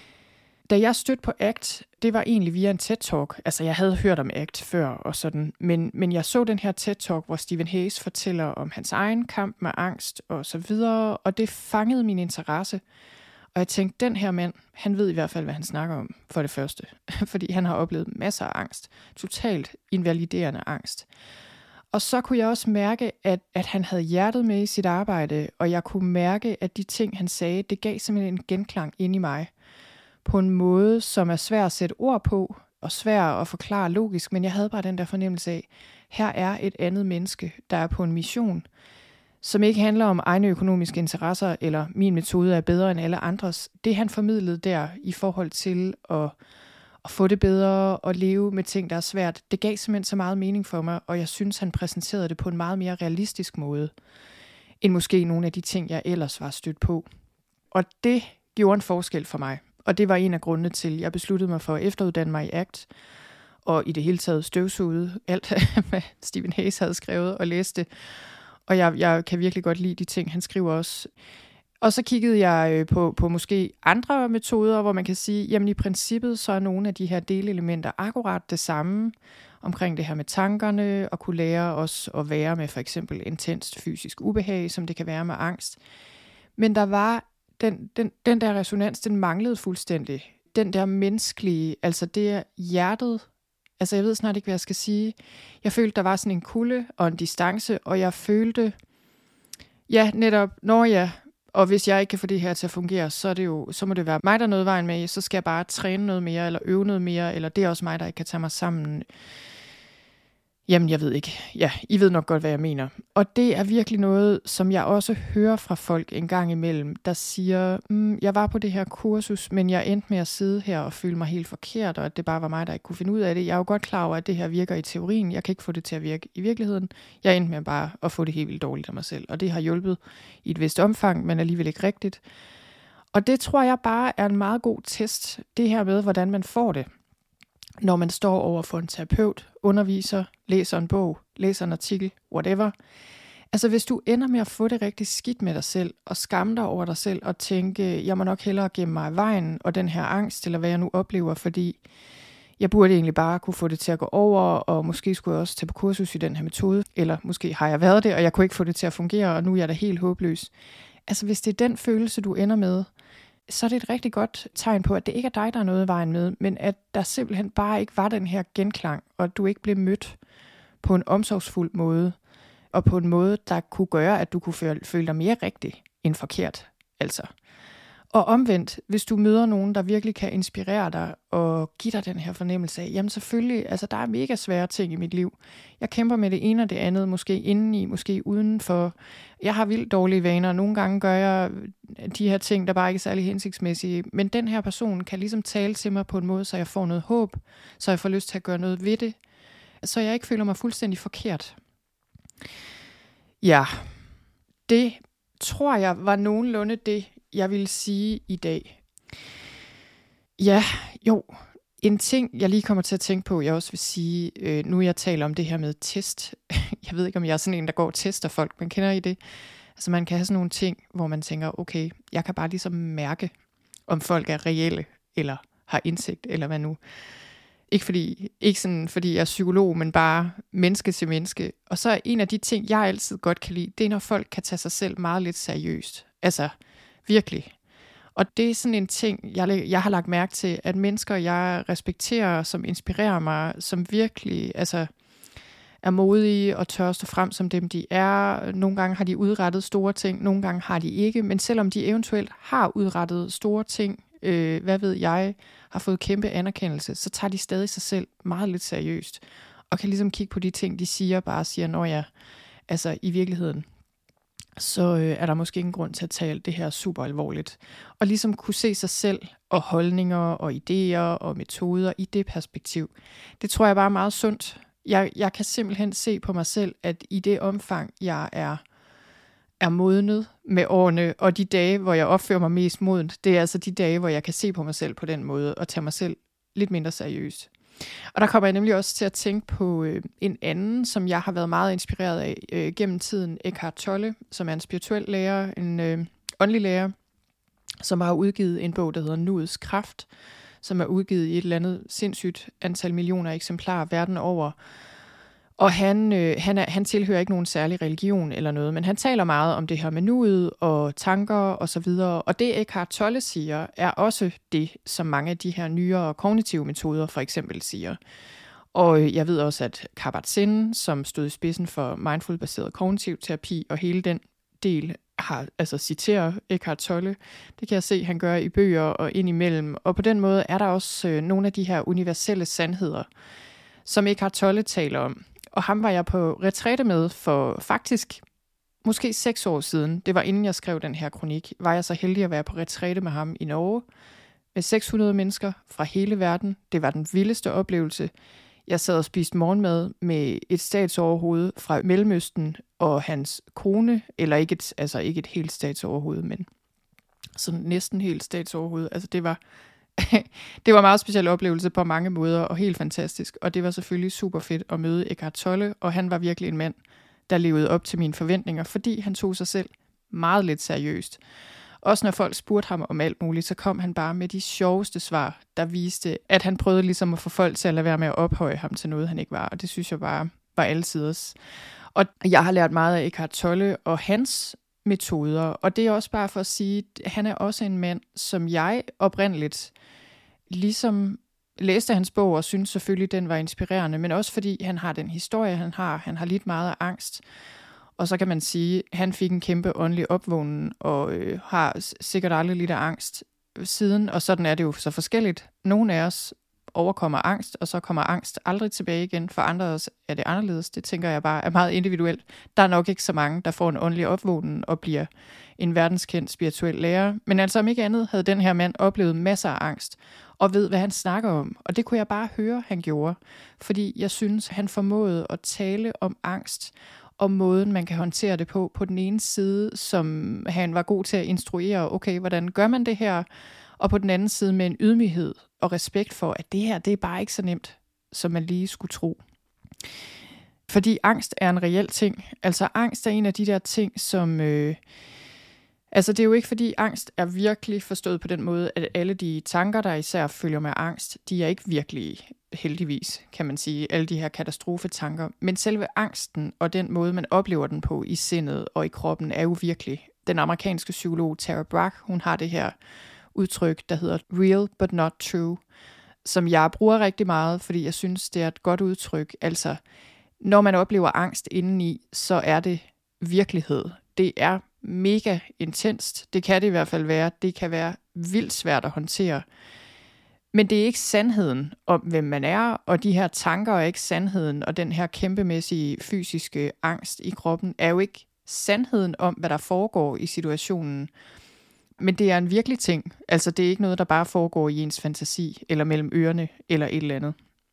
Da jeg stødte på A C T, det var egentlig via en TED-talk. Altså, jeg havde hørt om A C T før og sådan, men, men jeg så den her TED-talk, hvor Stephen Hayes fortæller om hans egen kamp med angst og så videre, og det fangede min interesse. Og jeg tænkte, den her mand, han ved i hvert fald, hvad han snakker om, for det første. Fordi han har oplevet masser af angst. Totalt invaliderende angst. Og så kunne jeg også mærke, at, at han havde hjertet med i sit arbejde, og jeg kunne mærke, at de ting, han sagde, det gav simpelthen en genklang ind i mig. På en måde, som er svær at sætte ord på, og svær at forklare logisk, men jeg havde bare den der fornemmelse af, her er et andet menneske, der er på en mission, som ikke handler om egne økonomiske interesser, eller min metode er bedre end alle andres. Det han formidlede der i forhold til at, at få det bedre og leve med ting, der er svært, det gav simpelthen så meget mening for mig, og jeg synes, han præsenterede det på en meget mere realistisk måde, end måske nogle af de ting, jeg ellers var stødt på. Og det gjorde en forskel for mig, og det var en af grundene til, at jeg besluttede mig for at efteruddanne mig i A C T, og i det hele taget støvsuget alt, hvad Stephen Hayes havde skrevet og læste. Og jeg, jeg kan virkelig godt lide de ting, han skriver også. Og så kiggede jeg på, på måske andre metoder, hvor man kan sige, jamen i princippet så er nogle af de her delelementer akkurat det samme, omkring det her med tankerne, og kunne lære os at være med for eksempel intenst fysisk ubehag, som det kan være med angst. Men der var den, den, den der resonans, den manglede fuldstændig. Den der menneskelige, altså det hjertet. Altså jeg ved snart ikke, hvad jeg skal sige. Jeg følte, der var sådan en kulde og en distance, og jeg følte, ja netop, når jeg, og hvis jeg ikke kan få det her til at fungere, så, er det jo, så må det være mig, der er noget vejen med, så skal jeg bare træne noget mere, eller øve noget mere, eller det er også mig, der ikke kan tage mig sammen. Jamen, jeg ved ikke. Ja, I ved nok godt, hvad jeg mener. Og det er virkelig noget, som jeg også hører fra folk en gang imellem, der siger, mm, jeg var på det her kursus, men jeg endte med at sidde her og føle mig helt forkert, og at det bare var mig, der ikke kunne finde ud af det. Jeg er jo godt klar over, at det her virker i teorien. Jeg kan ikke få det til at virke i virkeligheden. Jeg endte med bare at få det helt vildt dårligt af mig selv, og det har hjulpet i et vist omfang, men alligevel ikke rigtigt. Og det tror jeg bare er en meget god test, det her med, hvordan man får det. Når man står over for en terapeut, underviser, læser en bog, læser en artikel, whatever. Altså hvis du ender med at få det rigtig skidt med dig selv, og skamme dig over dig selv, og tænke, jeg må nok hellere gemme mig i vejen, og den her angst, eller hvad jeg nu oplever, fordi jeg burde egentlig bare kunne få det til at gå over, og måske skulle jeg også tage på kursus i den her metode, eller måske har jeg været det, og jeg kunne ikke få det til at fungere, og nu er jeg da helt håbløs. Altså hvis det er den følelse, du ender med, så er det et rigtig godt tegn på, at det ikke er dig, der er noget i vejen med, men at der simpelthen bare ikke var den her genklang, og at du ikke blev mødt på en omsorgsfuld måde, og på en måde, der kunne gøre, at du kunne føle, føle dig mere rigtig end forkert. Altså. Og omvendt, hvis du møder nogen, der virkelig kan inspirere dig og give dig den her fornemmelse af, jamen selvfølgelig, altså der er mega svære ting i mit liv. Jeg kæmper med det ene og det andet, måske indeni, måske udenfor. Jeg har vildt dårlige vaner, og nogle gange gør jeg de her ting, der bare ikke er særlig hensigtsmæssige. Men den her person kan ligesom tale til mig på en måde, så jeg får noget håb, så jeg får lyst til at gøre noget ved det, så jeg ikke føler mig fuldstændig forkert. Ja, det tror jeg var nogenlunde det, jeg vil sige i dag. Ja, jo, en ting, jeg lige kommer til at tænke på, jeg også vil sige, øh, nu jeg taler om det her med test. Jeg ved ikke, om jeg er sådan en, der går og tester folk, men kender I det? Altså man kan have sådan nogle ting, hvor man tænker, okay, jeg kan bare ligesom mærke, om folk er reelle, eller har indsigt, eller hvad nu. Ikke fordi, ikke sådan, fordi jeg er psykolog, men bare menneske til menneske. Og så er en af de ting, jeg altid godt kan lide, det er, når folk kan tage sig selv meget lidt seriøst. Altså, virkelig. Og det er sådan en ting, jeg, jeg har lagt mærke til, at mennesker, jeg respekterer, som inspirerer mig, som virkelig altså, er modige og tør stå frem som dem, de er. Nogle gange har de udrettet store ting, nogle gange har de ikke. Men selvom de eventuelt har udrettet store ting, øh, hvad ved jeg, har fået kæmpe anerkendelse, så tager de stadig sig selv meget lidt seriøst. Og kan ligesom kigge på de ting, de siger, bare siger, når jeg, altså i virkeligheden, så øh, er der måske ingen grund til at tage alt det her super alvorligt. Og ligesom kunne se sig selv og holdninger og idéer og metoder i det perspektiv. Det tror jeg bare er meget sundt. Jeg, jeg kan simpelthen se på mig selv, at i det omfang, jeg er, er modnet med årene, og de dage, hvor jeg opfører mig mest modent, det er altså de dage, hvor jeg kan se på mig selv på den måde, og tage mig selv lidt mindre seriøst. Og der kommer jeg nemlig også til at tænke på øh, en anden, som jeg har været meget inspireret af øh, gennem tiden, Eckhart Tolle, som er en spirituel lærer, en øh, åndelig lærer, som har udgivet en bog, der hedder Nuets Kraft, som er udgivet i et eller andet sindssygt antal millioner eksemplarer verden over. Og han, øh, han, er, han tilhører ikke nogen særlig religion eller noget, men han taler meget om det her med nuet og tanker og så videre. Og det Eckhart Tolle siger, er også det, som mange af de her nyere kognitive metoder for eksempel siger. Og jeg ved også, at Kabat-Zinn, som stod i spidsen for mindful-baseret kognitiv terapi, og hele den del har, altså citerer Eckhart Tolle. Det kan jeg se, han gør i bøger og indimellem. Og på den måde er der også øh, nogle af de her universelle sandheder, som Eckhart Tolle taler om. Og ham var jeg på retræte med for faktisk måske seks år siden. Det var inden jeg skrev den her kronik. Var jeg så heldig at være på retræte med ham i Norge med seks hundrede mennesker fra hele verden. Det var den vildeste oplevelse. Jeg sad og spiste morgenmad med et statsoverhoved fra Mellemøsten og hans kone, eller ikke et, altså ikke et helt statsoverhoved, men sådan næsten helt statsoverhoved. Altså det var, det var en meget speciel oplevelse på mange måder, og helt fantastisk. Og det var selvfølgelig super fedt at møde Eckhart Tolle, og han var virkelig en mand, der levede op til mine forventninger, fordi han tog sig selv meget lidt seriøst. Også når folk spurgte ham om alt muligt, så kom han bare med de sjoveste svar, der viste, at han prøvede ligesom at få folk til at lade være med at ophøje ham til noget, han ikke var. Og det synes jeg bare var alsiders. Og jeg har lært meget af Eckhart Tolle og hans metoder. Og det er også bare for at sige, at han er også en mand, som jeg oprindeligt ligesom læste hans bog og synes selvfølgelig, den var inspirerende. Men også fordi han har den historie, han har. Han har lidt meget af angst. Og så kan man sige, at han fik en kæmpe åndelig opvågning og øh, har sikkert aldrig lidt af angst siden. Og sådan er det jo så forskelligt. Nogle af os overkommer angst, og så kommer angst aldrig tilbage igen. For andre os er det anderledes. Det tænker jeg bare er meget individuelt. Der er nok ikke så mange, der får en åndelig opvågning og bliver en verdenskendt spirituel lærer. Men altså om ikke andet havde den her mand oplevet masser af angst og ved, hvad han snakker om. Og det kunne jeg bare høre, han gjorde. Fordi jeg synes, han formåede at tale om angst og måden, man kan håndtere det på. På den ene side, som han var god til at instruere, okay, hvordan gør man det her? Og på den anden side med en ydmyghed og respekt for, at det her, det er bare ikke så nemt, som man lige skulle tro. Fordi angst er en reel ting. Altså angst er en af de der ting, som... Øh, altså det er jo ikke fordi angst er virkelig forstået på den måde, at alle de tanker, der især følger med angst, de er ikke virkelig heldigvis, kan man sige, alle de her katastrofetanker. Men selve angsten og den måde, man oplever den på i sindet og i kroppen, er jo virkelig. Den amerikanske psykolog Tara Brach, hun har det her udtryk, der hedder real but not true, som jeg bruger rigtig meget, fordi jeg synes, det er et godt udtryk. Altså, når man oplever angst indeni, så er det virkelighed. Det er mega intenst. Det kan det i hvert fald være. Det kan være vildt svært at håndtere. Men det er ikke sandheden om, hvem man er, og de her tanker er ikke sandheden, og den her kæmpemæssige fysiske angst i kroppen er jo ikke sandheden om, hvad der foregår i situationen. Men det er en virkelig ting. Altså det er ikke noget, der bare foregår i ens fantasi, eller mellem ørerne, eller et eller andet.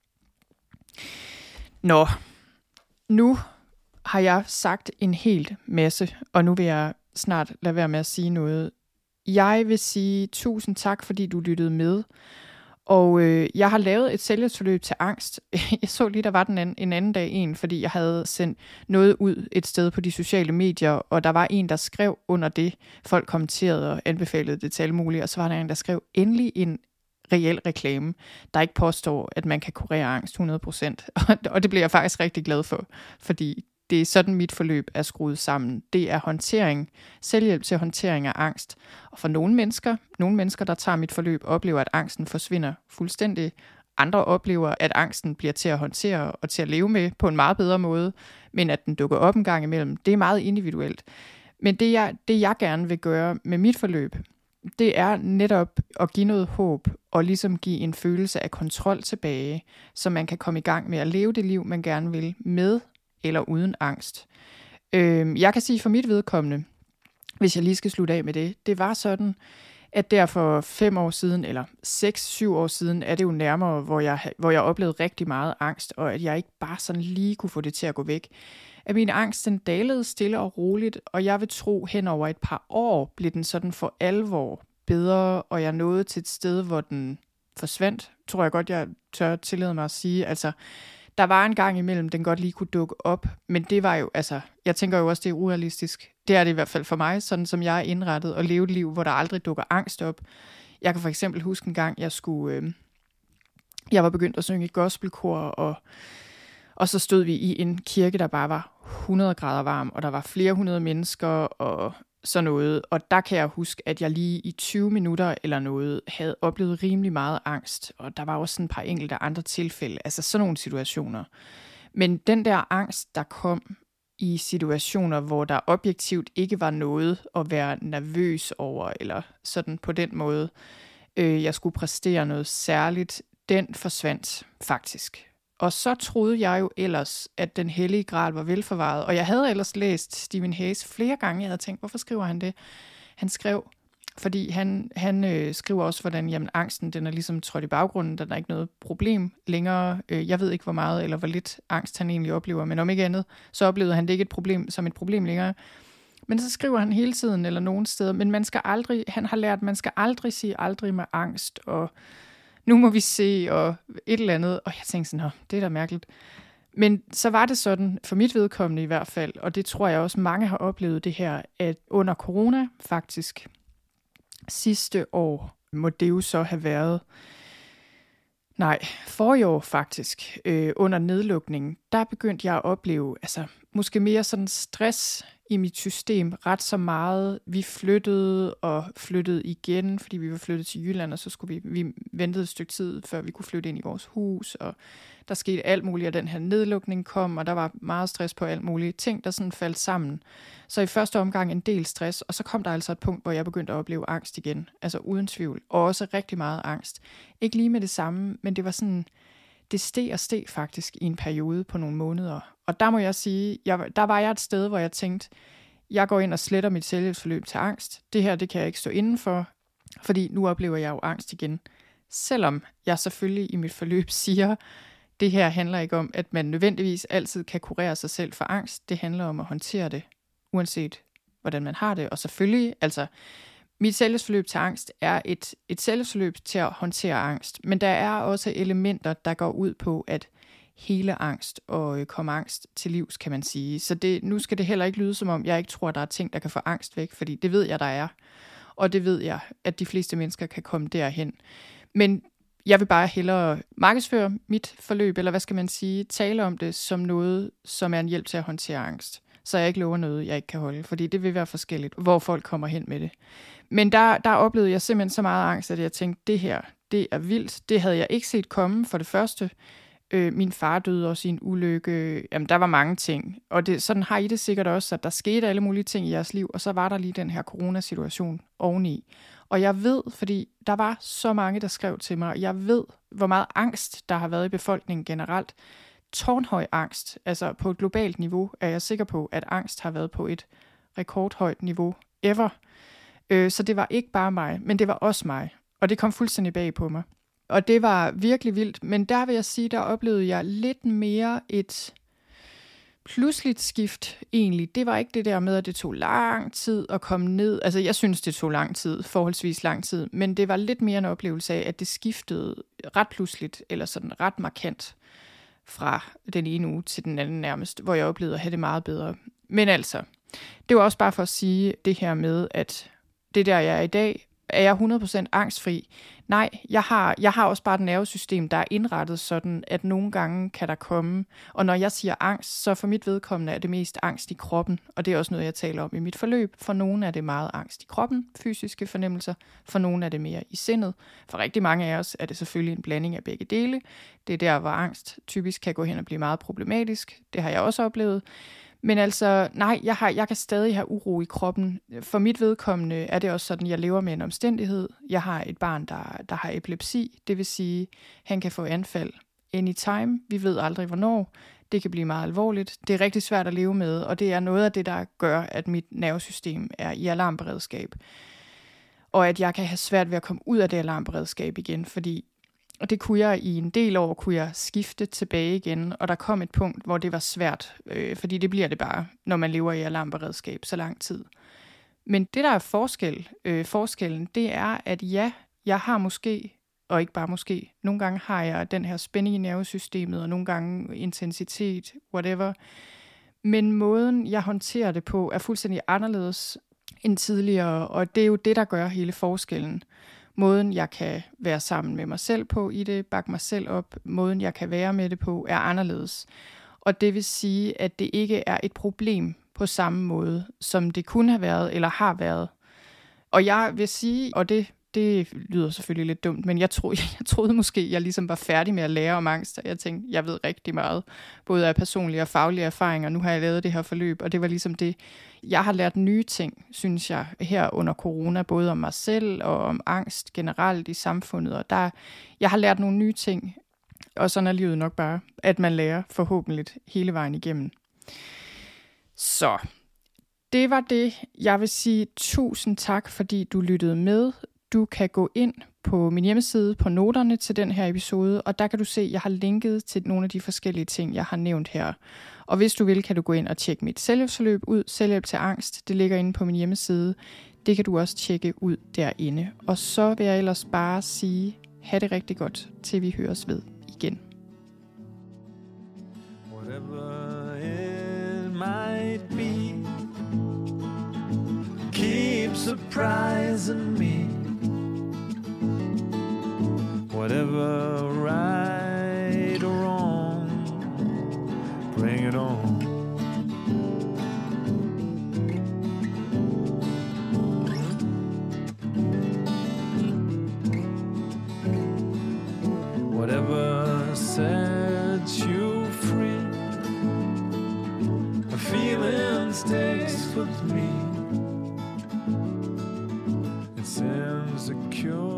Nå, nu har jeg sagt en hel masse, og nu vil jeg snart lade være med at sige noget. Jeg vil sige tusind tak, fordi du lyttede med. Og øh, jeg har lavet et sælgerforløb til angst. Jeg så lige, der var den anden, en anden dag en, fordi jeg havde sendt noget ud et sted på de sociale medier, og der var en, der skrev under det. Folk kommenterede og anbefalede det til alle mulige, og så var der en, der skrev endelig en reel reklame, der ikke påstår, at man kan kurere angst hundrede procent. Og det bliver jeg faktisk rigtig glad for, fordi det er sådan, mit forløb er skruet sammen. Det er håndtering, selvhjælp til håndtering af angst. Og for nogle mennesker, nogle mennesker, der tager mit forløb, oplever, at angsten forsvinder fuldstændig. Andre oplever, at angsten bliver til at håndtere og til at leve med på en meget bedre måde, men at den dukker op en gang imellem. Det er meget individuelt. Men det jeg, det, jeg gerne vil gøre med mit forløb, det er netop at give noget håb og ligesom give en følelse af kontrol tilbage, så man kan komme i gang med at leve det liv, man gerne vil, med eller uden angst. Øh, jeg kan sige for mit vedkommende, hvis jeg lige skal slutte af med det, det var sådan, at der for fem år siden, eller seks, syv år siden, er det jo nærmere, hvor jeg, hvor jeg oplevede rigtig meget angst, og at jeg ikke bare sådan lige kunne få det til at gå væk. At min angst, den dalede stille og roligt, og jeg vil tro, hen over et par år blev den sådan for alvor bedre, og jeg nåede til et sted, hvor den forsvandt, tror jeg godt, jeg tør tillade mig at sige. Altså, der var en gang imellem, den godt lige kunne dukke op, men det var jo, altså, jeg tænker jo også, det er urealistisk. Det er det i hvert fald for mig, sådan som jeg er indrettet, og leve et liv, hvor der aldrig dukker angst op. Jeg kan for eksempel huske en gang, jeg skulle, øh, jeg var begyndt at synge i gospelkor, og, og så stod vi i en kirke, der bare var hundrede grader varm, og der var flere hundrede mennesker, og sådan noget, og der kan jeg huske, at jeg lige i tyve minutter eller noget havde oplevet rimelig meget angst, og der var også sådan et par enkelte andre tilfælde, altså sådan nogle situationer. Men den der angst, der kom i situationer, hvor der objektivt ikke var noget at være nervøs over, eller sådan på den måde, øh, jeg skulle præstere noget særligt, den forsvandt faktisk. Og så troede jeg jo ellers, at den hellige gral var velforvaret. Og jeg havde ellers læst Stephen Hayes flere gange. Jeg havde tænkt, hvorfor skriver han det? Han skrev, fordi han, han øh, skriver også, hvordan jamen, angsten den er ligesom trådt i baggrunden. Der er ikke noget problem længere. Øh, jeg ved ikke, hvor meget eller hvor lidt angst han egentlig oplever. Men om ikke andet, så oplevede han det ikke et problem, som et problem længere. Men så skriver han hele tiden eller nogen steder. Men man skal aldrig, han har lært, man skal aldrig sige aldrig med angst. Og nu må vi se, og et eller andet. Og jeg tænkte sådan, det er da mærkeligt. Men så var det sådan, for mit vedkommende i hvert fald, og det tror jeg også mange har oplevet det her, at under corona faktisk, sidste år må det jo så have været, nej, forrige år faktisk, øh, under nedlukningen, der begyndte jeg at opleve, altså måske mere sådan stress i mit system ret så meget. Vi flyttede og flyttede igen, fordi vi var flyttet til Jylland, og så skulle vi, vi ventede et stykke tid, før vi kunne flytte ind i vores hus, og der skete alt muligt, og den her nedlukning kom, og der var meget stress på alt muligt ting, der sådan faldt sammen. Så i første omgang en del stress, og så kom der altså et punkt, hvor jeg begyndte at opleve angst igen, altså uden tvivl, og også rigtig meget angst. Ikke lige med det samme, men det var sådan, det steg og steg faktisk i en periode på nogle måneder. Og der må jeg sige, jeg, der var jeg et sted, hvor jeg tænkte, jeg går ind og sletter mit selvhjælpsforløb til angst. Det her, det kan jeg ikke stå inden for, fordi nu oplever jeg jo angst igen. Selvom jeg selvfølgelig i mit forløb siger, det her handler ikke om, at man nødvendigvis altid kan kurere sig selv for angst. Det handler om at håndtere det, uanset hvordan man har det. Og selvfølgelig, altså, mit selvhjælpsforløb til angst er et, et selvhjælpsforløb til at håndtere angst. Men der er også elementer, der går ud på at hele angst og komme angst til livs, kan man sige. Så det, nu skal det heller ikke lyde som om, jeg ikke tror, der er ting, der kan få angst væk, fordi det ved jeg, der er. Og det ved jeg, at de fleste mennesker kan komme derhen. Men jeg vil bare hellere markedsføre mit forløb, eller hvad skal man sige, tale om det som noget, som er en hjælp til at håndtere angst. Så jeg ikke lover noget, jeg ikke kan holde, fordi det vil være forskelligt, hvor folk kommer hen med det. Men der, der oplevede jeg simpelthen så meget angst, at jeg tænkte, det her, det er vildt. Det havde jeg ikke set komme for det første. Øh, min far døde også i en ulykke. Jamen, der var mange ting. Og det, sådan har I det sikkert også, at der skete alle mulige ting i jeres liv, og så var der lige den her coronasituation oveni. Og jeg ved, fordi der var så mange, der skrev til mig, og jeg ved, hvor meget angst, der har været i befolkningen generelt. Tårnhøj angst, altså på et globalt niveau, er jeg sikker på, at angst har været på et rekordhøjt niveau ever. Øh, så det var ikke bare mig, men det var også mig. Og det kom fuldstændig bag på mig. Og det var virkelig vildt, men der vil jeg sige, der oplevede jeg lidt mere et pludseligt skift egentlig. Det var ikke det der med, at det tog lang tid at komme ned. Altså jeg synes, det tog lang tid, forholdsvis lang tid, men det var lidt mere en oplevelse af, at det skiftede ret pludseligt, eller sådan ret markant fra den ene uge til den anden nærmest, hvor jeg oplevede at have det meget bedre. Men altså, det var også bare for at sige det her med, at det der, jeg er i dag, er jeg hundrede procent angstfri? Nej, jeg har, jeg har også bare et nervesystem, der er indrettet sådan, at nogle gange kan der komme, og når jeg siger angst, så for mit vedkommende er det mest angst i kroppen, og det er også noget, jeg taler om i mit forløb. For nogle er det meget angst i kroppen, fysiske fornemmelser, for nogle er det mere i sindet. For rigtig mange af os er det selvfølgelig en blanding af begge dele. Det er der, hvor angst typisk kan gå hen og blive meget problematisk. Det har jeg også oplevet. Men altså, nej, jeg, har, jeg kan stadig have uro i kroppen. For mit vedkommende er det også sådan, jeg lever med en omstændighed. Jeg har et barn, der, der har epilepsi. Det vil sige, han kan få anfald anytime. Vi ved aldrig, hvornår. Det kan blive meget alvorligt. Det er rigtig svært at leve med, og det er noget af det, der gør, at mit nervesystem er i alarmberedskab. Og at jeg kan have svært ved at komme ud af det alarmberedskab igen, fordi og det kunne jeg i en del år, kunne jeg skifte tilbage igen, og der kom et punkt, hvor det var svært, øh, fordi det bliver det bare, når man lever i alarmberedskab så lang tid. Men det, der er forskel, øh, forskellen, det er, at ja, jeg har måske, og ikke bare måske, nogle gange har jeg den her spænding i nervesystemet, og nogle gange intensitet, whatever. Men måden, jeg håndterer det på, er fuldstændig anderledes end tidligere, og det er jo det, der gør hele forskellen. Måden, jeg kan være sammen med mig selv på i det, bakke mig selv op, måden, jeg kan være med det på, er anderledes. Og det vil sige, at det ikke er et problem på samme måde, som det kunne have været eller har været. Og jeg vil sige, og det, det lyder selvfølgelig lidt dumt, men jeg troede, jeg troede måske, jeg ligesom var færdig med at lære om angst, og jeg tænkte, jeg ved rigtig meget, både af personlige og faglige erfaringer. Nu har jeg lavet det her forløb, og det var ligesom det. Jeg har lært nye ting, synes jeg, her under corona, både om mig selv og om angst generelt i samfundet. Og der, jeg har lært nogle nye ting, og sådan er livet nok bare, at man lærer forhåbentlig hele vejen igennem. Så det var det, jeg vil sige. Tusind tak, fordi du lyttede med. Du kan gå ind på min hjemmeside på noterne til den her episode, og der kan du se, at jeg har linket til nogle af de forskellige ting, jeg har nævnt her. Og hvis du vil, kan du gå ind og tjekke mit selvhjælpsforløb ud, Selvhjælp til angst. Det ligger inde på min hjemmeside. Det kan du også tjekke ud derinde. Og så vil jeg ellers bare sige, ha' det rigtig godt, til vi høres ved igen. Whatever it might be, keep surprising me. Whatever right or wrong, bring it on. Whatever sets you free, a feeling sticks with me. It seems a cure